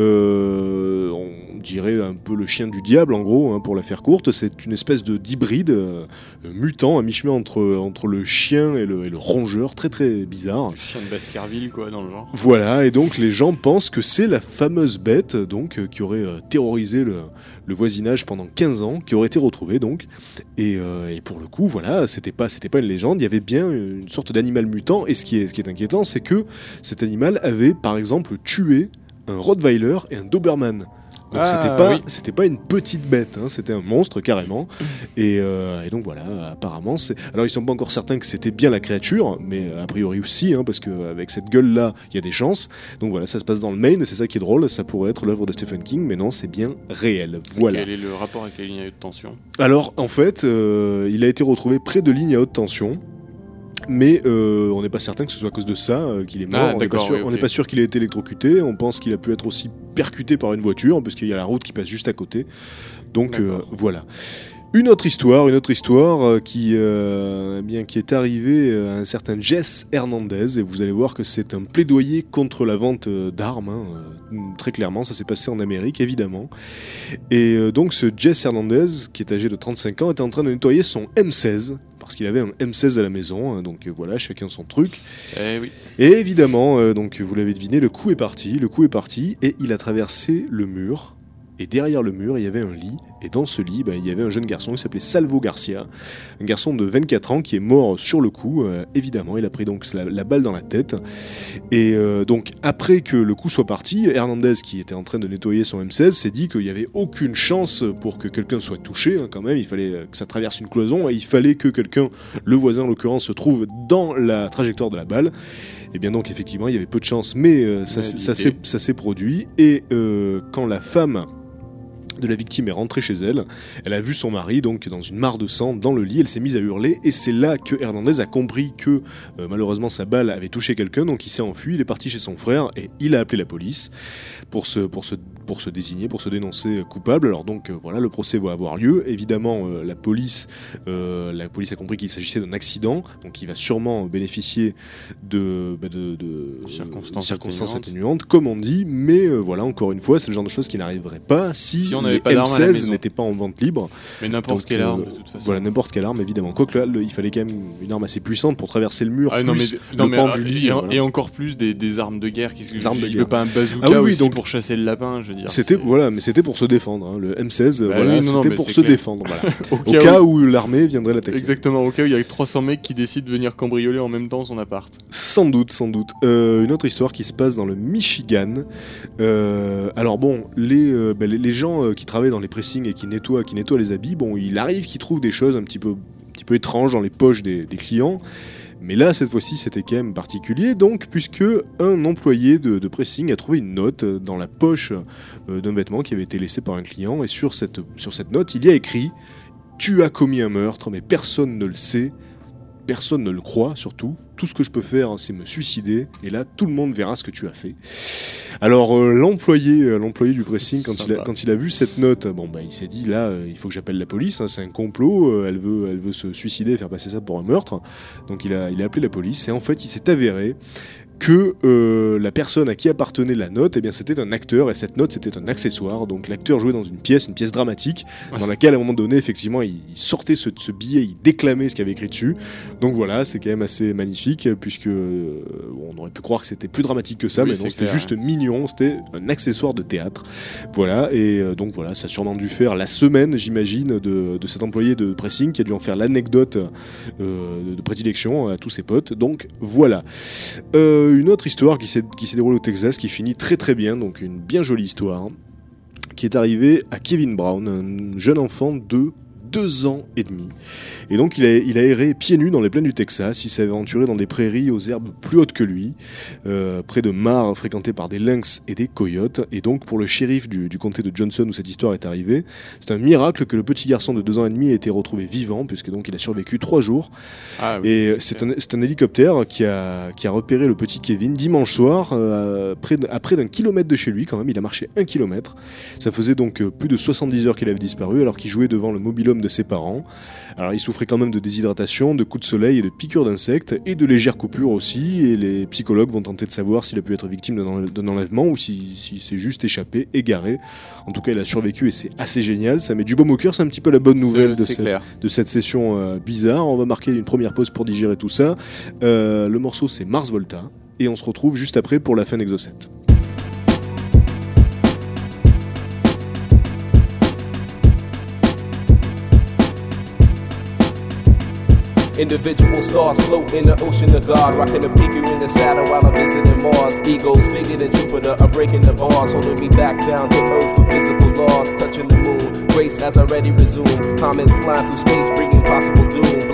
Speaker 4: euh, on dirait un peu le chien du diable en gros, hein, pour la faire courte. C'est une espèce de d'hybride euh, mutant à mi-chemin entre, entre le chien et le, et le rongeur, très très bizarre.
Speaker 5: Le chien de Baskerville, quoi, dans le genre.
Speaker 4: Voilà, et donc les gens pensent que c'est la fameuse bête donc, euh, qui aurait euh, terrorisé le, le voisinage pendant quinze ans, qui aurait été retrouvée donc. Et, euh, et pour le coup, voilà, c'était pas, c'était pas une légende, il y avait bien une sorte d'animal mutant. Et ce qui est, ce qui est inquiétant, c'est que cet animal avait par exemple tué un Rottweiler et un Doberman. Donc
Speaker 5: Ah,
Speaker 4: c'était pas,
Speaker 5: oui.
Speaker 4: c'était pas une petite bête, hein, c'était un monstre carrément. Et, euh, et donc voilà, apparemment, c'est. Alors ils sont pas encore certains que c'était bien la créature, mais a priori aussi, hein, parce qu'avec cette gueule-là, il y a des chances. Donc voilà, ça se passe dans le Maine, et c'est ça qui est drôle. Ça pourrait être l'œuvre de Stephen King, mais non, c'est bien réel. Voilà.
Speaker 5: Quel est le rapport avec les lignes à haute tension?
Speaker 4: Alors en fait, euh, il a été retrouvé près de lignes à haute tension. Mais euh, on n'est pas certain que ce soit à cause de ça euh, qu'il est mort.
Speaker 5: Ah,
Speaker 4: on n'est pas
Speaker 5: d'accord,
Speaker 4: sûr,
Speaker 5: oui,
Speaker 4: on
Speaker 5: ok.
Speaker 4: n'est pas sûr qu'il ait été électrocuté. On pense qu'il a pu être aussi percuté par une voiture, parce qu'il y a la route qui passe juste à côté. Donc euh,
Speaker 5: D'accord.
Speaker 4: voilà. Une autre histoire, une autre histoire euh, qui, euh, eh bien, qui est arrivée à un certain Jess Hernandez, et vous allez voir que c'est un plaidoyer contre la vente euh, d'armes, hein, euh, très clairement, ça s'est passé en Amérique évidemment. Et euh, donc ce Jess Hernandez, qui est âgé de trente-cinq ans, était en train de nettoyer son M seize, parce qu'il avait un M seize à la maison, hein, donc euh, voilà, chacun son truc.
Speaker 5: Eh oui.
Speaker 4: Et évidemment, euh, donc vous l'avez deviné, le coup est parti, le coup est parti, et il a traversé le mur. Et derrière le mur, il y avait un lit. Et dans ce lit, bah, il y avait un jeune garçon, il s'appelait Salvo Garcia. Un garçon de vingt-quatre ans qui est mort sur le coup. Euh, évidemment, il a pris donc la, la balle dans la tête. Et euh, donc, après que le coup soit parti, Hernandez, qui était en train de nettoyer son M seize, s'est dit qu'il n'y avait aucune chance pour que quelqu'un soit touché. Hein, quand même, il fallait que ça traverse une cloison. Et il fallait que quelqu'un, le voisin en l'occurrence, se trouve dans la trajectoire de la balle. Et bien donc, effectivement, il y avait peu de chance. Mais euh, ça, ça, s'est, ça s'est produit. Et euh, quand la femme de la victime est rentrée chez elle, elle a vu son mari donc dans une mare de sang dans le lit, elle s'est mise à hurler et c'est là que Hernandez a compris que euh, malheureusement sa balle avait touché quelqu'un, donc il s'est enfui, il est parti chez son frère et il a appelé la police pour se, pour se, pour se désigner, pour se dénoncer coupable. Alors donc euh, voilà, le procès va avoir lieu, évidemment euh, la police euh, la police a compris qu'il s'agissait d'un accident, donc il va sûrement bénéficier de, bah de, de
Speaker 5: circonstances,
Speaker 4: circonstances
Speaker 5: atténuantes.
Speaker 4: atténuantes comme on dit, mais euh, voilà, encore une fois c'est le genre de choses qui n'arriverait pas si,
Speaker 5: Si on
Speaker 4: les
Speaker 5: n'avait pas
Speaker 4: M
Speaker 5: d'armes à la
Speaker 4: seize
Speaker 5: maison.
Speaker 4: n'étaient pas en vente libre.
Speaker 5: Mais n'importe
Speaker 4: Donc,
Speaker 5: quelle
Speaker 4: euh,
Speaker 5: arme, de toute façon.
Speaker 4: Voilà, n'importe quelle arme, évidemment. Quoique là, le- il fallait quand même une arme assez puissante pour traverser le mur,
Speaker 5: Ah, non, mais,
Speaker 4: plus
Speaker 5: non,
Speaker 4: le
Speaker 5: mais,
Speaker 4: pan
Speaker 5: euh,
Speaker 4: du lit.
Speaker 5: et,
Speaker 4: voilà.
Speaker 5: et encore plus des, des armes de guerre. Qu'est-ce que
Speaker 4: Des
Speaker 5: je
Speaker 4: armes de
Speaker 5: il
Speaker 4: guerre.
Speaker 5: veut pas un bazooka
Speaker 4: Ah oui, oui,
Speaker 5: aussi
Speaker 4: donc-
Speaker 5: pour chasser le lapin, je veux dire.
Speaker 4: C'était
Speaker 5: c'est-
Speaker 4: voilà, mais c'était pour se défendre. Hein. Le M seize,
Speaker 5: Bah
Speaker 4: voilà,
Speaker 5: oui, non, non,
Speaker 4: c'était
Speaker 5: mais
Speaker 4: pour
Speaker 5: c'est
Speaker 4: se
Speaker 5: clair.
Speaker 4: défendre. Voilà.
Speaker 5: Au
Speaker 4: Au
Speaker 5: cas
Speaker 4: cas
Speaker 5: où-
Speaker 4: où l'armée viendrait l'attaquer.
Speaker 5: Exactement, au cas où il y a trois cents mecs qui décident de venir cambrioler en même temps son appart.
Speaker 4: Sans doute, sans doute. Euh, une autre histoire qui se passe dans le Michigan. Euh, alors bon, les, euh, bah, les, les gens euh, qui travaillent dans les pressings et qui nettoient, qui nettoient les habits, bon, il arrive qu'ils trouvent des choses un petit peu, un petit peu étranges dans les poches des, des clients. Mais là, cette fois-ci, c'était quand même particulier, donc, puisque un employé de, de pressing a trouvé une note dans la poche euh, d'un vêtement qui avait été laissé par un client, et sur cette, sur cette note, il y a écrit « Tu as commis un meurtre, mais personne ne le sait, personne ne le croit, surtout. Tout ce que je peux faire, c'est me suicider, et là, tout le monde verra ce que tu as fait. » Alors, euh, l'employé, euh, l'employé du pressing, quand il, a, quand il a vu cette note, bon, bah, il s'est dit, là, euh, il faut que j'appelle la police, hein, c'est un complot, euh, elle, veut, elle veut se suicider et faire passer ça pour un meurtre. Donc, il a, il a appelé la police, et en fait, il s'est avéré que euh, la personne à qui appartenait la note, eh bien, c'était un acteur, et cette note, c'était un accessoire. Donc, l'acteur jouait dans une pièce, une pièce dramatique, dans laquelle, à un moment donné, effectivement, il, il sortait ce, ce billet, il déclamait ce qu'il y avait écrit dessus. Donc, voilà, c'est quand même assez magnifique, puisque euh, on aurait pu croire que c'était plus dramatique que ça,
Speaker 5: Oui,
Speaker 4: mais
Speaker 5: c'est
Speaker 4: non, c'était
Speaker 5: clair,
Speaker 4: juste mignon, c'était un accessoire de théâtre. Voilà, et euh, donc voilà, ça a sûrement dû faire la semaine, j'imagine, de, de cet employé de pressing qui a dû en faire l'anecdote euh, de prédilection à tous ses potes. Donc, voilà. Euh, une autre histoire qui s'est, qui s'est déroulée au Texas, qui finit très très bien, donc une bien jolie histoire, qui est arrivée à Kevin Brown, un jeune enfant de deux ans et demi. Et donc il a, il a erré pieds nus dans les plaines du Texas, il s'est aventuré dans des prairies aux herbes plus hautes que lui, euh, près de mares fréquentées par des lynx et des coyotes. Et donc pour le shérif du, du comté de Johnson où cette histoire est arrivée, c'est un miracle que le petit garçon de deux ans et demi ait été retrouvé vivant, puisque donc il a survécu trois jours.
Speaker 5: Ah, oui.
Speaker 4: Et c'est un, c'est un hélicoptère qui a, qui a repéré le petit Kevin dimanche soir, euh, près de- à près d'un kilomètre de chez lui quand même, il a marché un kilomètre. Ça faisait donc euh, plus de soixante-dix heures qu'il avait disparu, alors qu'il jouait devant le mobil-home de ses parents. Alors il souffrait quand même de déshydratation, de coups de soleil et de piqûres d'insectes, et de légères coupures aussi, et les psychologues vont tenter de savoir s'il a pu être victime d'un enlè- d'un enlèvement ou s'il si, si s'est juste échappé, égaré. En tout cas, il a survécu et c'est assez génial, ça met du baume au cœur, c'est un petit peu la bonne nouvelle de
Speaker 5: c'est
Speaker 4: cette,
Speaker 5: clair.
Speaker 4: de cette session euh, bizarre. On va marquer une première pause pour digérer tout ça. Euh, le morceau c'est Mars Volta, et on se retrouve juste après pour la fin d'Exocet.
Speaker 9: Individual stars float in the ocean of God, rocking a peaker in the saddle while I'm visiting Mars. Egos bigger than Jupiter, I'm breaking the bars, holding me back down to earth with physical laws, touching the moon. Grace has already resumed, comets flying through space, bringing possible doom.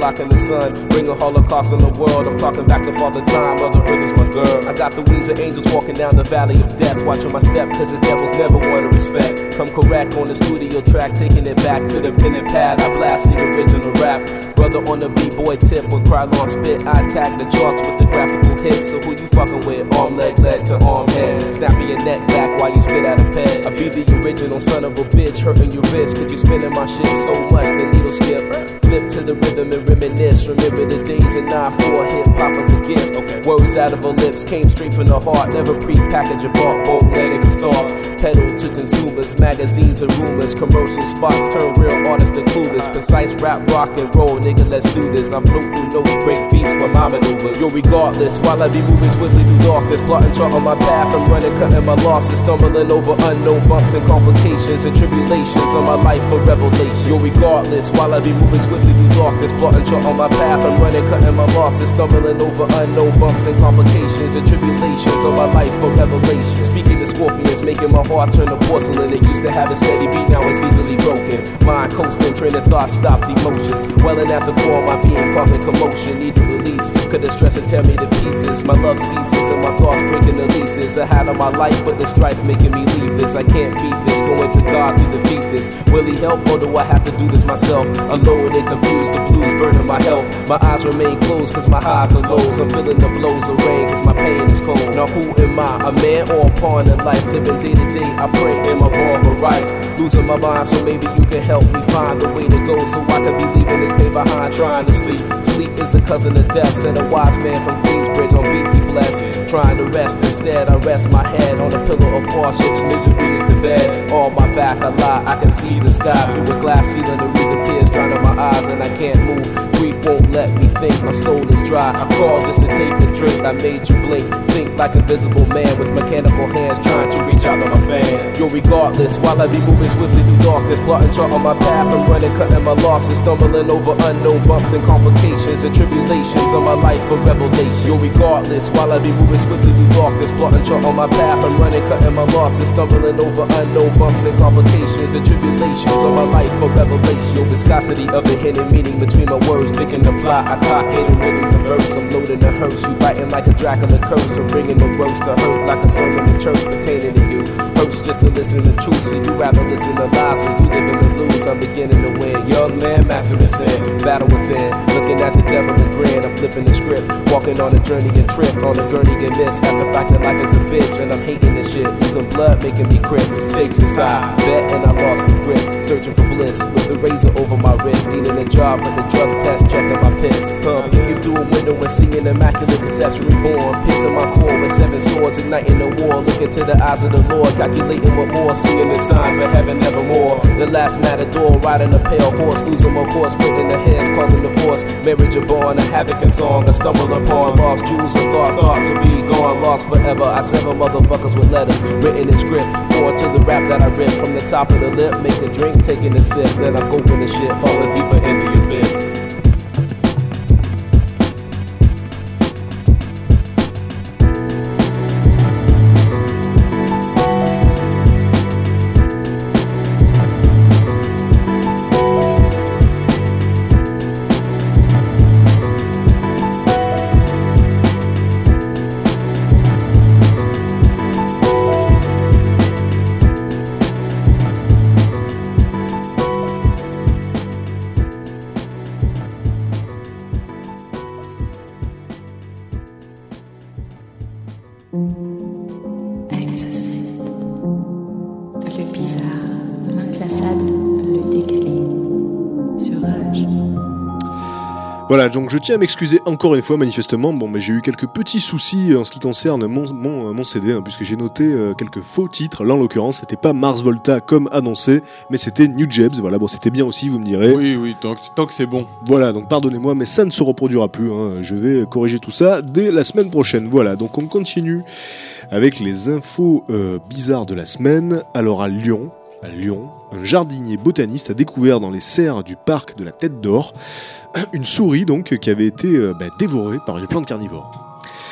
Speaker 9: blocking the sun. Bring a holocaust on the world. I'm talking back to Father Time. Mother Earth is my girl. I got the wings of angels walking down the valley of death. Watching my step, cause the devils never want to respect. Come correct on the studio track, taking it back to the pen and pad. I blast the original rap. Brother on the b-boy tip with Krylon spit. I tag the charts with the graphical hits. So who you fucking with? Arm, leg, leg to arm, head. Snapping your neck back while you spit out a pen. I be the original son of a bitch, hurting your wrist. Cause you spinning my shit so much the needle skip. Flip to the rhythm and reminisce. Remember the days in nine four hip hop as a gift. Okay. Words out of her lips came straight from the heart. Never pre-packaged a bought, both negative thought. Pedal to consumers, magazines and rumors. Commercial spots turn real artists to clueless. Precise rap, rock and roll, nigga, let's do this. I float through notes, break beats with my maneuvers. Yo, regardless, while I be moving swiftly through darkness, plotting chart on my path, I'm running, cutting my losses, stumbling over unknown bumps and complications and tribulations on my life for revelation. Yo, regardless, while I be moving swiftly through darkness, plotting chart on my path, I'm running, cutting my losses, stumbling over unknown bumps and complications and tribulations on my life for revelation. Speaking to scorpions, making my heart turn to porcelain. It used to have a steady beat, now it's easily broken. Mind coasting, train of thought, stopped emotions. Welling at the core, my being causing commotion. Need to release, could the stress it tear me to pieces. My love ceases and my thoughts breaking the leases. I had on my life, but the strife making me leave this. I can't beat this, going to God to defeat this. Will he help or do I have to do this myself? Alone and confused, the blues burning my health. My eyes remain closed cause my highs are lows. I'm feeling the blows of rain cause my pain is cold. Now who am I, a man or a pawn in life? Living day to day, I pray, am I wrong or right? Losing my mind, so maybe you can help me find the way to go, so I can be leaving this pain behind, trying to sleep. Sleep is the cousin of death, said a wise man from Queensbridge on beats he blessed. Trying to rest instead, I rest my head on a pillow of hardships. Misery is the bed, on my back I lie, I can see the skies through a glass ceiling. The reason tears drowning my eyes and I can't move. Grief won't let me think, my soul is dry. I called just to take a drink, I made you blink. Think like a visible man with mechanical hands trying to reach out to my fan. Yo, regardless, while I be moving swiftly through darkness, plotting chart on my path, I'm running, cutting my losses, stumbling over unknown bumps and complications and tribulations on my life for revelation. Yo, regardless, while I be moving swiftly through darkness, plotting chart on my path, I'm running, cutting my losses, stumbling over unknown bumps and complications and tribulations on my life for revelation. Yo, viscosity of the hidden meaning between my words, thinking the plot, I caught hidden rhythms and verse. I'm loading the hearse, you biting like a Dracula curse. I'm bringing the roast to hurt like a sermon in church pertaining to you. Hurts just to listen to truth, so you rather listen to lies, so you live in the lose. I'm beginning to win. Young man, mastering sin, battle within. Looking at the devil and grin, I'm flipping the script. Walking on a journey and trip, on a gurney and miss. At the fact that life is a bitch, and I'm hating this shit. Losing blood, making me crip. Stakes is high, bet and I lost the grip. Searching for bliss, with the razor over my wrist. Needing a job, but the drug test, checking my piss. Come, peeking through a window and seeing immaculate conception reborn. Piercing my core with seven swords, igniting the war. Looking to the eyes of the Lord, calculating what more. Singing the signs of heaven evermore. The last matador, riding a pale horse. Losing my horse, splitting the heads, causing divorce. Marriage are born, a havoc and song. I stumble upon lost jewels and thought, thought to be gone, lost forever. I sever motherfuckers with letters, written in script. Forward to the rap that I rip from the top of the lip. Make a drink, taking a sip, then I'm gulping the shit, falling deeper in the abyss.
Speaker 2: Le bizarre, l'inclassable, le décalé. Sur Rage.
Speaker 4: Voilà, donc je tiens à m'excuser encore une fois, manifestement. Bon, mais j'ai eu quelques petits soucis en ce qui concerne mon, mon, mon C D, hein, puisque j'ai noté euh, quelques faux titres. Là, en l'occurrence, c'était pas Mars Volta comme annoncé, mais c'était New Jabs. Voilà, bon, c'était bien aussi, vous me direz.
Speaker 5: Oui, oui, tant que, tant que c'est bon.
Speaker 4: Voilà, donc pardonnez-moi, mais ça ne se reproduira plus. Hein. Je vais corriger tout ça dès la semaine prochaine. Voilà, donc on continue avec les infos euh, bizarres de la semaine. Alors à Lyon, à Lyon, un jardinier botaniste a découvert dans les serres du parc de la Tête d'Or une souris donc qui avait été euh, bah, dévorée par une plante carnivore.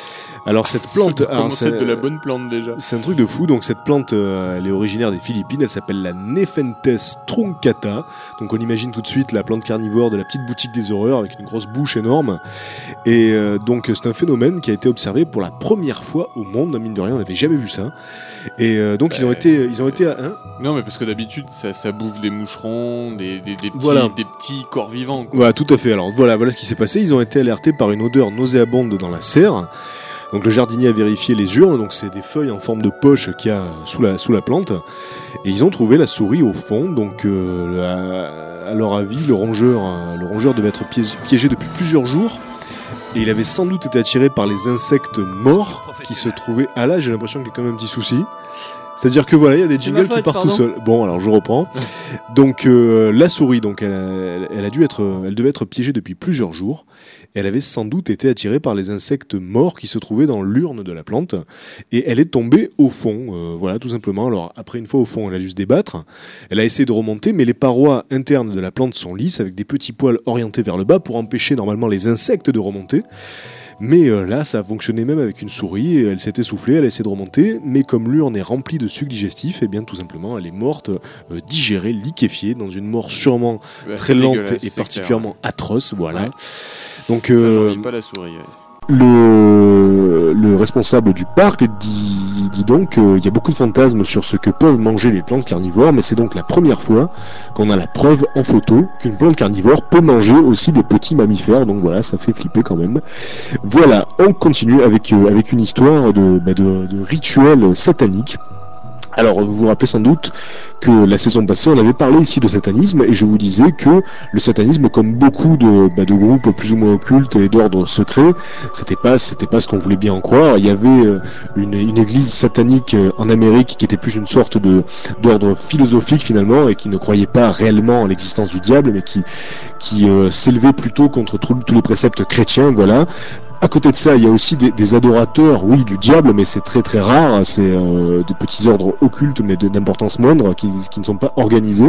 Speaker 4: Alors cette plante,
Speaker 5: Ça
Speaker 4: alors,
Speaker 5: commence à être
Speaker 4: c'est-
Speaker 5: de la bonne plante déjà.
Speaker 4: c'est un truc de fou. Donc cette plante, euh, elle est originaire des Philippines. Elle s'appelle la Nepenthes truncata. Donc on imagine tout de suite la plante carnivore de la petite boutique des horreurs avec une grosse bouche énorme. Et euh, donc c'est un phénomène qui a été observé pour la première fois au monde. Mine de rien, on n'avait jamais vu ça. Et euh, donc ils ont
Speaker 5: Euh,
Speaker 4: été, ils ont été, à- hein
Speaker 5: Non, mais parce que d'habitude, ça, ça bouffe des moucherons, des, des, des petits,
Speaker 4: Voilà.
Speaker 5: des petits corps vivants. Quoi.
Speaker 4: Voilà, tout à fait. Alors voilà, voilà ce qui s'est passé. Ils ont été alertés par une odeur nauséabonde dans la serre. Donc le jardinier a vérifié les urnes, donc c'est des feuilles en forme de poche qu'il y a sous la, sous la plante. Et ils ont trouvé la souris au fond. Donc euh, à, à leur avis, le rongeur, euh, le rongeur devait être piégé, piégé depuis plusieurs jours. Et il avait sans doute été attiré par les insectes morts qui se trouvaient... Ah là, j'ai l'impression qu'il y a quand même un petit souci. C'est-à-dire que voilà, il y a des
Speaker 6: C'est
Speaker 4: jingles
Speaker 6: ma faute,
Speaker 4: qui partent
Speaker 6: pardon.
Speaker 4: tout seuls. Bon, alors je reprends. Donc euh, la souris, donc elle, a- elle, elle a dû être, elle devait être piégée depuis plusieurs jours. Et elle avait sans doute été attirée par les insectes morts qui se trouvaient dans l'urne de la plante. Et elle est tombée au fond, euh, voilà, tout simplement. Alors après, une fois au fond, elle a dû se débattre. Elle a essayé de remonter, mais les parois internes de la plante sont lisses, avec des petits poils orientés vers le bas pour empêcher normalement les insectes de remonter. Mais euh, là, ça a fonctionné même avec une souris, et elle s'est essoufflée, elle a essayé de remonter, mais comme l'urne est remplie de suc digestif, et bien tout simplement, elle est morte, euh, digérée, liquéfiée, dans une mort sûrement
Speaker 5: Bah,
Speaker 4: très
Speaker 5: c'est
Speaker 4: lente
Speaker 5: dégueulasse,
Speaker 4: et
Speaker 5: c'est
Speaker 4: particulièrement
Speaker 5: clair,
Speaker 4: atroce, voilà.
Speaker 5: Ouais.
Speaker 4: Donc,
Speaker 5: ouais. Ça,
Speaker 4: euh,
Speaker 5: j'envie pas la souris. Ouais.
Speaker 4: le, le responsable du parc dit, dit donc qu'il y a beaucoup de fantasmes sur ce que peuvent manger les plantes carnivores, mais c'est donc la première fois qu'on a la preuve en photo qu'une plante carnivore peut manger aussi des petits mammifères, donc voilà, ça fait flipper quand même. Voilà, on continue avec, euh, avec une histoire de, bah, de, de rituel satanique. Alors, vous vous rappelez sans doute que la saison passée, on avait parlé ici de satanisme, et je vous disais que le satanisme, comme beaucoup de, bah, de groupes plus ou moins occultes et d'ordre secret, c'était pas, c'était pas ce qu'on voulait bien en croire. Il y avait euh, une, une église satanique euh, en Amérique qui était plus une sorte de d'ordre philosophique finalement, et qui ne croyait pas réellement en l'existence du diable, mais qui qui euh, s'élevait plutôt contre tout- tous les préceptes chrétiens, voilà. À côté de ça, il y a aussi des, des adorateurs, oui, du diable, mais c'est très très rare. C'est euh, des petits ordres occultes, mais de- d'importance moindre, qui, qui ne sont pas organisés.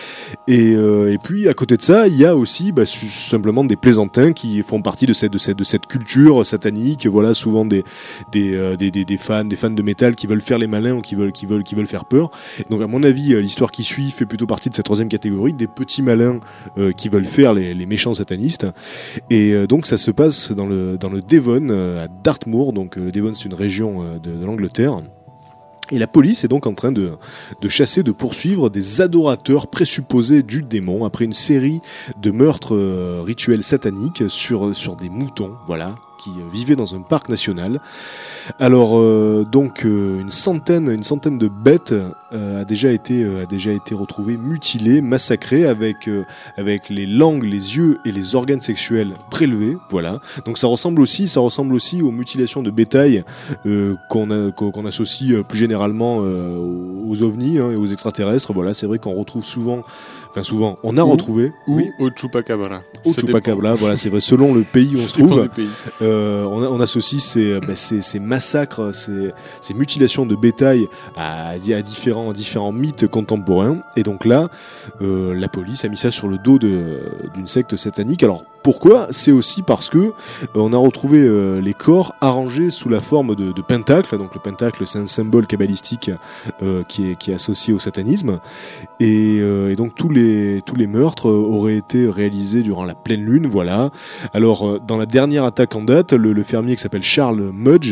Speaker 4: Et, euh, et puis à côté de ça, il y a aussi bah, su- simplement des plaisantins qui font partie de cette, de cette, de cette culture satanique. Voilà, souvent des, des, euh, des, des, des fans, des fans de métal qui veulent faire les malins ou qui veulent, qui veulent, qui veulent faire peur. Donc à mon avis, euh, l'histoire qui suit fait plutôt partie de cette troisième catégorie, des petits malins euh, qui veulent faire les, les méchants satanistes. Et euh, donc ça se passe dans le, dans le Devon, euh, à Dartmoor. Donc euh, le Devon, c'est une région euh, de, de l'Angleterre. Et la police est donc en train de, de chasser, de poursuivre des adorateurs présupposés du démon après une série de meurtres euh, rituels sataniques sur, sur des moutons, voilà, qui euh, vivaient dans un parc national. Alors euh, donc euh, une centaine, une centaine de bêtes euh, a déjà été, euh, a déjà été retrouvées mutilées, massacrées avec euh, avec les langues, les yeux et les organes sexuels prélevés, voilà. Donc ça ressemble aussi, ça ressemble aussi aux mutilations de bétail euh, qu'on a, qu'on qu'on associe euh, plus généralement euh, aux ovnis hein, et aux extraterrestres. Voilà, c'est vrai qu'on retrouve souvent, enfin souvent, on a
Speaker 5: Ou-
Speaker 4: retrouvé
Speaker 5: Ou
Speaker 4: oui,
Speaker 5: au Chupacabra.
Speaker 4: au
Speaker 5: Ça
Speaker 4: Chupacabra. Voilà, c'est vrai. Selon le pays où on
Speaker 5: dépend.
Speaker 4: se
Speaker 5: Ça dépend
Speaker 4: trouve,
Speaker 5: du pays.
Speaker 4: euh, on, a- on associe ces, bah, ces, ces massacres, ces, ces mutilations de bétail à, à différents, différents mythes contemporains. Et donc là, euh, la police a mis ça sur le dos de- d'une secte satanique. Alors pourquoi ? C'est aussi parce que euh, on a retrouvé euh, les corps arrangés sous la forme de, de pentacles. Donc le pentacle, c'est un symbole kabbalistique euh, qui, est, qui est associé au satanisme. Et, euh, et donc tous les, tous les meurtres euh, auraient été réalisés durant la pleine lune. Voilà. Alors euh, dans la dernière attaque en date, le, le fermier qui s'appelle Charles Mudge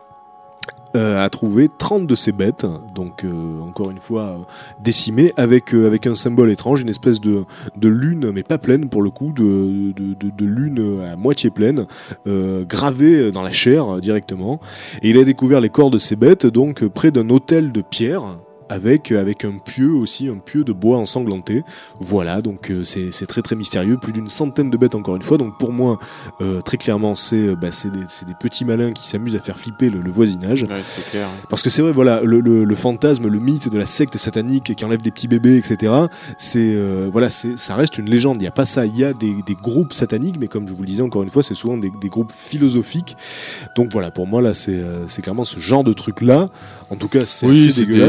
Speaker 4: euh, a trouvé trente de ces bêtes, donc euh, encore une fois euh, décimées, avec, euh, avec un symbole étrange, une espèce de, de lune, mais pas pleine pour le coup, de, de, de, de lune à moitié pleine, euh, gravée dans la chair euh, directement. Et il a découvert les corps de ces bêtes donc euh, près d'un autel de pierre, avec, avec un pieu aussi, un pieu de bois ensanglanté. Voilà, donc euh, c'est, c'est très très mystérieux, plus d'une centaine de bêtes encore une fois, donc pour moi, euh, très clairement, c'est, bah, c'est, des, c'est des petits malins qui s'amusent à faire flipper le, le voisinage.
Speaker 5: Ouais, c'est clair.
Speaker 4: Parce que c'est vrai, voilà, le, le, le fantasme, le mythe de la secte satanique qui enlève des petits bébés, et cetera. C'est, euh, voilà, c'est, ça reste une légende. Il n'y a pas ça. Il y a des, des groupes sataniques, mais comme je vous le disais encore une fois, c'est souvent des, des groupes philosophiques. Donc voilà, pour moi là, c'est, euh, c'est clairement ce genre de truc là. En tout cas, c'est
Speaker 5: Oui,
Speaker 4: assez
Speaker 5: c'est des,
Speaker 4: dégueulasse.
Speaker 5: c'est des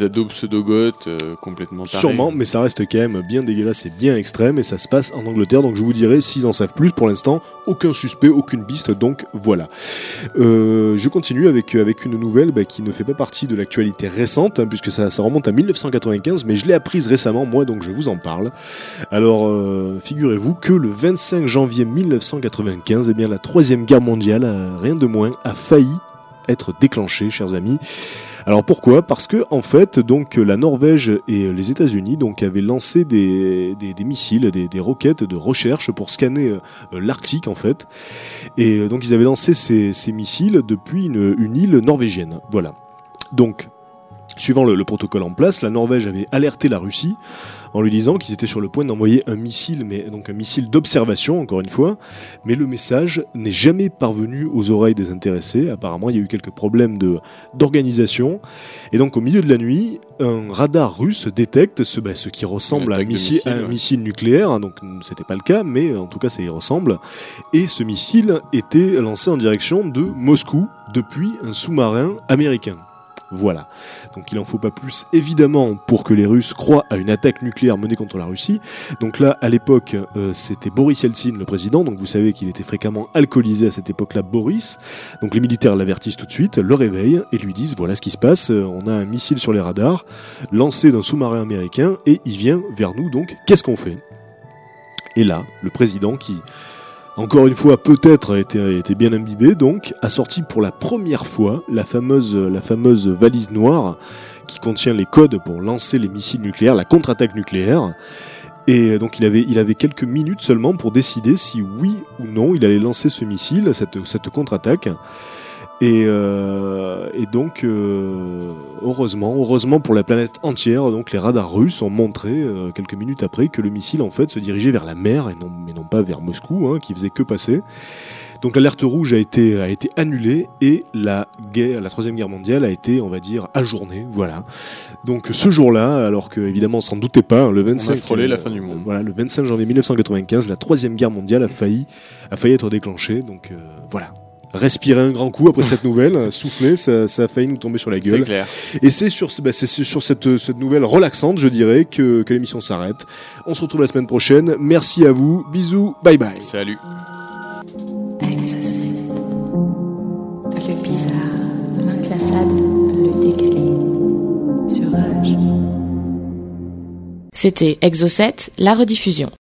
Speaker 5: ados pseudo-goths euh, complètement tarés.
Speaker 4: Sûrement, mais ça reste quand même bien dégueulasse et bien extrême, et ça se passe en Angleterre, donc je vous dirai s'ils en savent plus. Pour l'instant, aucun suspect, aucune piste, donc voilà. Euh, je continue avec, avec une nouvelle bah, qui ne fait pas partie de l'actualité récente, hein, puisque ça, ça remonte à mille neuf cent quatre-vingt-quinze, mais je l'ai apprise récemment, moi, donc je vous en parle. Alors, euh, figurez-vous que le vingt-cinq janvier mille neuf cent quatre-vingt-quinze, eh bien, la troisième guerre mondiale, euh, rien de moins, a failli être déclenchée, chers amis. Alors pourquoi ? Parce que en fait, donc la Norvège et les États-Unis donc avaient lancé des, des, des missiles, des, des roquettes de recherche pour scanner euh, l'Arctique en fait. Et euh, donc ils avaient lancé ces, ces missiles depuis une, une île norvégienne. Voilà. Donc, suivant le, le protocole en place, la Norvège avait alerté la Russie en lui disant qu'ils étaient sur le point d'envoyer un missile, mais donc un missile d'observation, encore une fois, mais le message n'est jamais parvenu aux oreilles des intéressés. Apparemment, il y a eu quelques problèmes de, d'organisation, et donc au milieu de la nuit, un radar russe détecte ce, bah, ce qui ressemble à un, missile, missile, à un ouais. missile nucléaire, donc c'était pas le cas, mais en tout cas ça y ressemble, et ce missile était lancé en direction de Moscou depuis un sous-marin américain. Voilà. Donc il en faut pas plus, évidemment, pour que les Russes croient à une attaque nucléaire menée contre la Russie. Donc là, à l'époque, euh, c'était Boris Yeltsin, le président. Donc vous savez qu'il était fréquemment alcoolisé à cette époque-là, Boris. Donc les militaires l'avertissent tout de suite, le réveillent et lui disent voilà ce qui se passe. On a un missile sur les radars, lancé d'un sous-marin américain, et il vient vers nous. Donc qu'est-ce qu'on fait ? Et là, le président qui... encore une fois, peut-être a été, a été bien imbibé, donc, a sorti pour la première fois la fameuse, la fameuse valise noire qui contient les codes pour lancer les missiles nucléaires, la contre-attaque nucléaire. Et donc, il avait, il avait quelques minutes seulement pour décider si oui ou non il allait lancer ce missile, cette, cette contre-attaque. Et, euh, et donc, euh, heureusement, heureusement pour la planète entière, donc les radars russes ont montré euh, quelques minutes après que le missile en fait se dirigeait vers la mer et non, mais non pas vers Moscou, hein, qui faisait que passer. Donc l'alerte rouge a été a été annulée et la guerre, la troisième guerre mondiale a été, on va dire, ajournée. Voilà. Donc ce jour-là, alors que évidemment on s'en doutait pas, hein, le vingt-cinq,
Speaker 5: on a frôlé
Speaker 4: euh,
Speaker 5: la fin du monde.
Speaker 4: Voilà, le vingt-cinq janvier mille neuf cent quatre-vingt-quinze, la troisième guerre mondiale a failli a failli être déclenchée. Donc euh, voilà. Respirer un grand coup après cette nouvelle, souffler, ça, ça a failli nous tomber sur la gueule.
Speaker 5: C'est clair.
Speaker 4: Et c'est sur, bah, c'est sur cette, cette nouvelle relaxante, je dirais, que, que l'émission s'arrête. On se retrouve la semaine prochaine. Merci à vous. Bisous. Bye bye.
Speaker 5: Salut.
Speaker 2: Exocet. Le bizarre, l'inclassable, le décalé. Sur Rage.
Speaker 1: C'était Exocet, la rediffusion.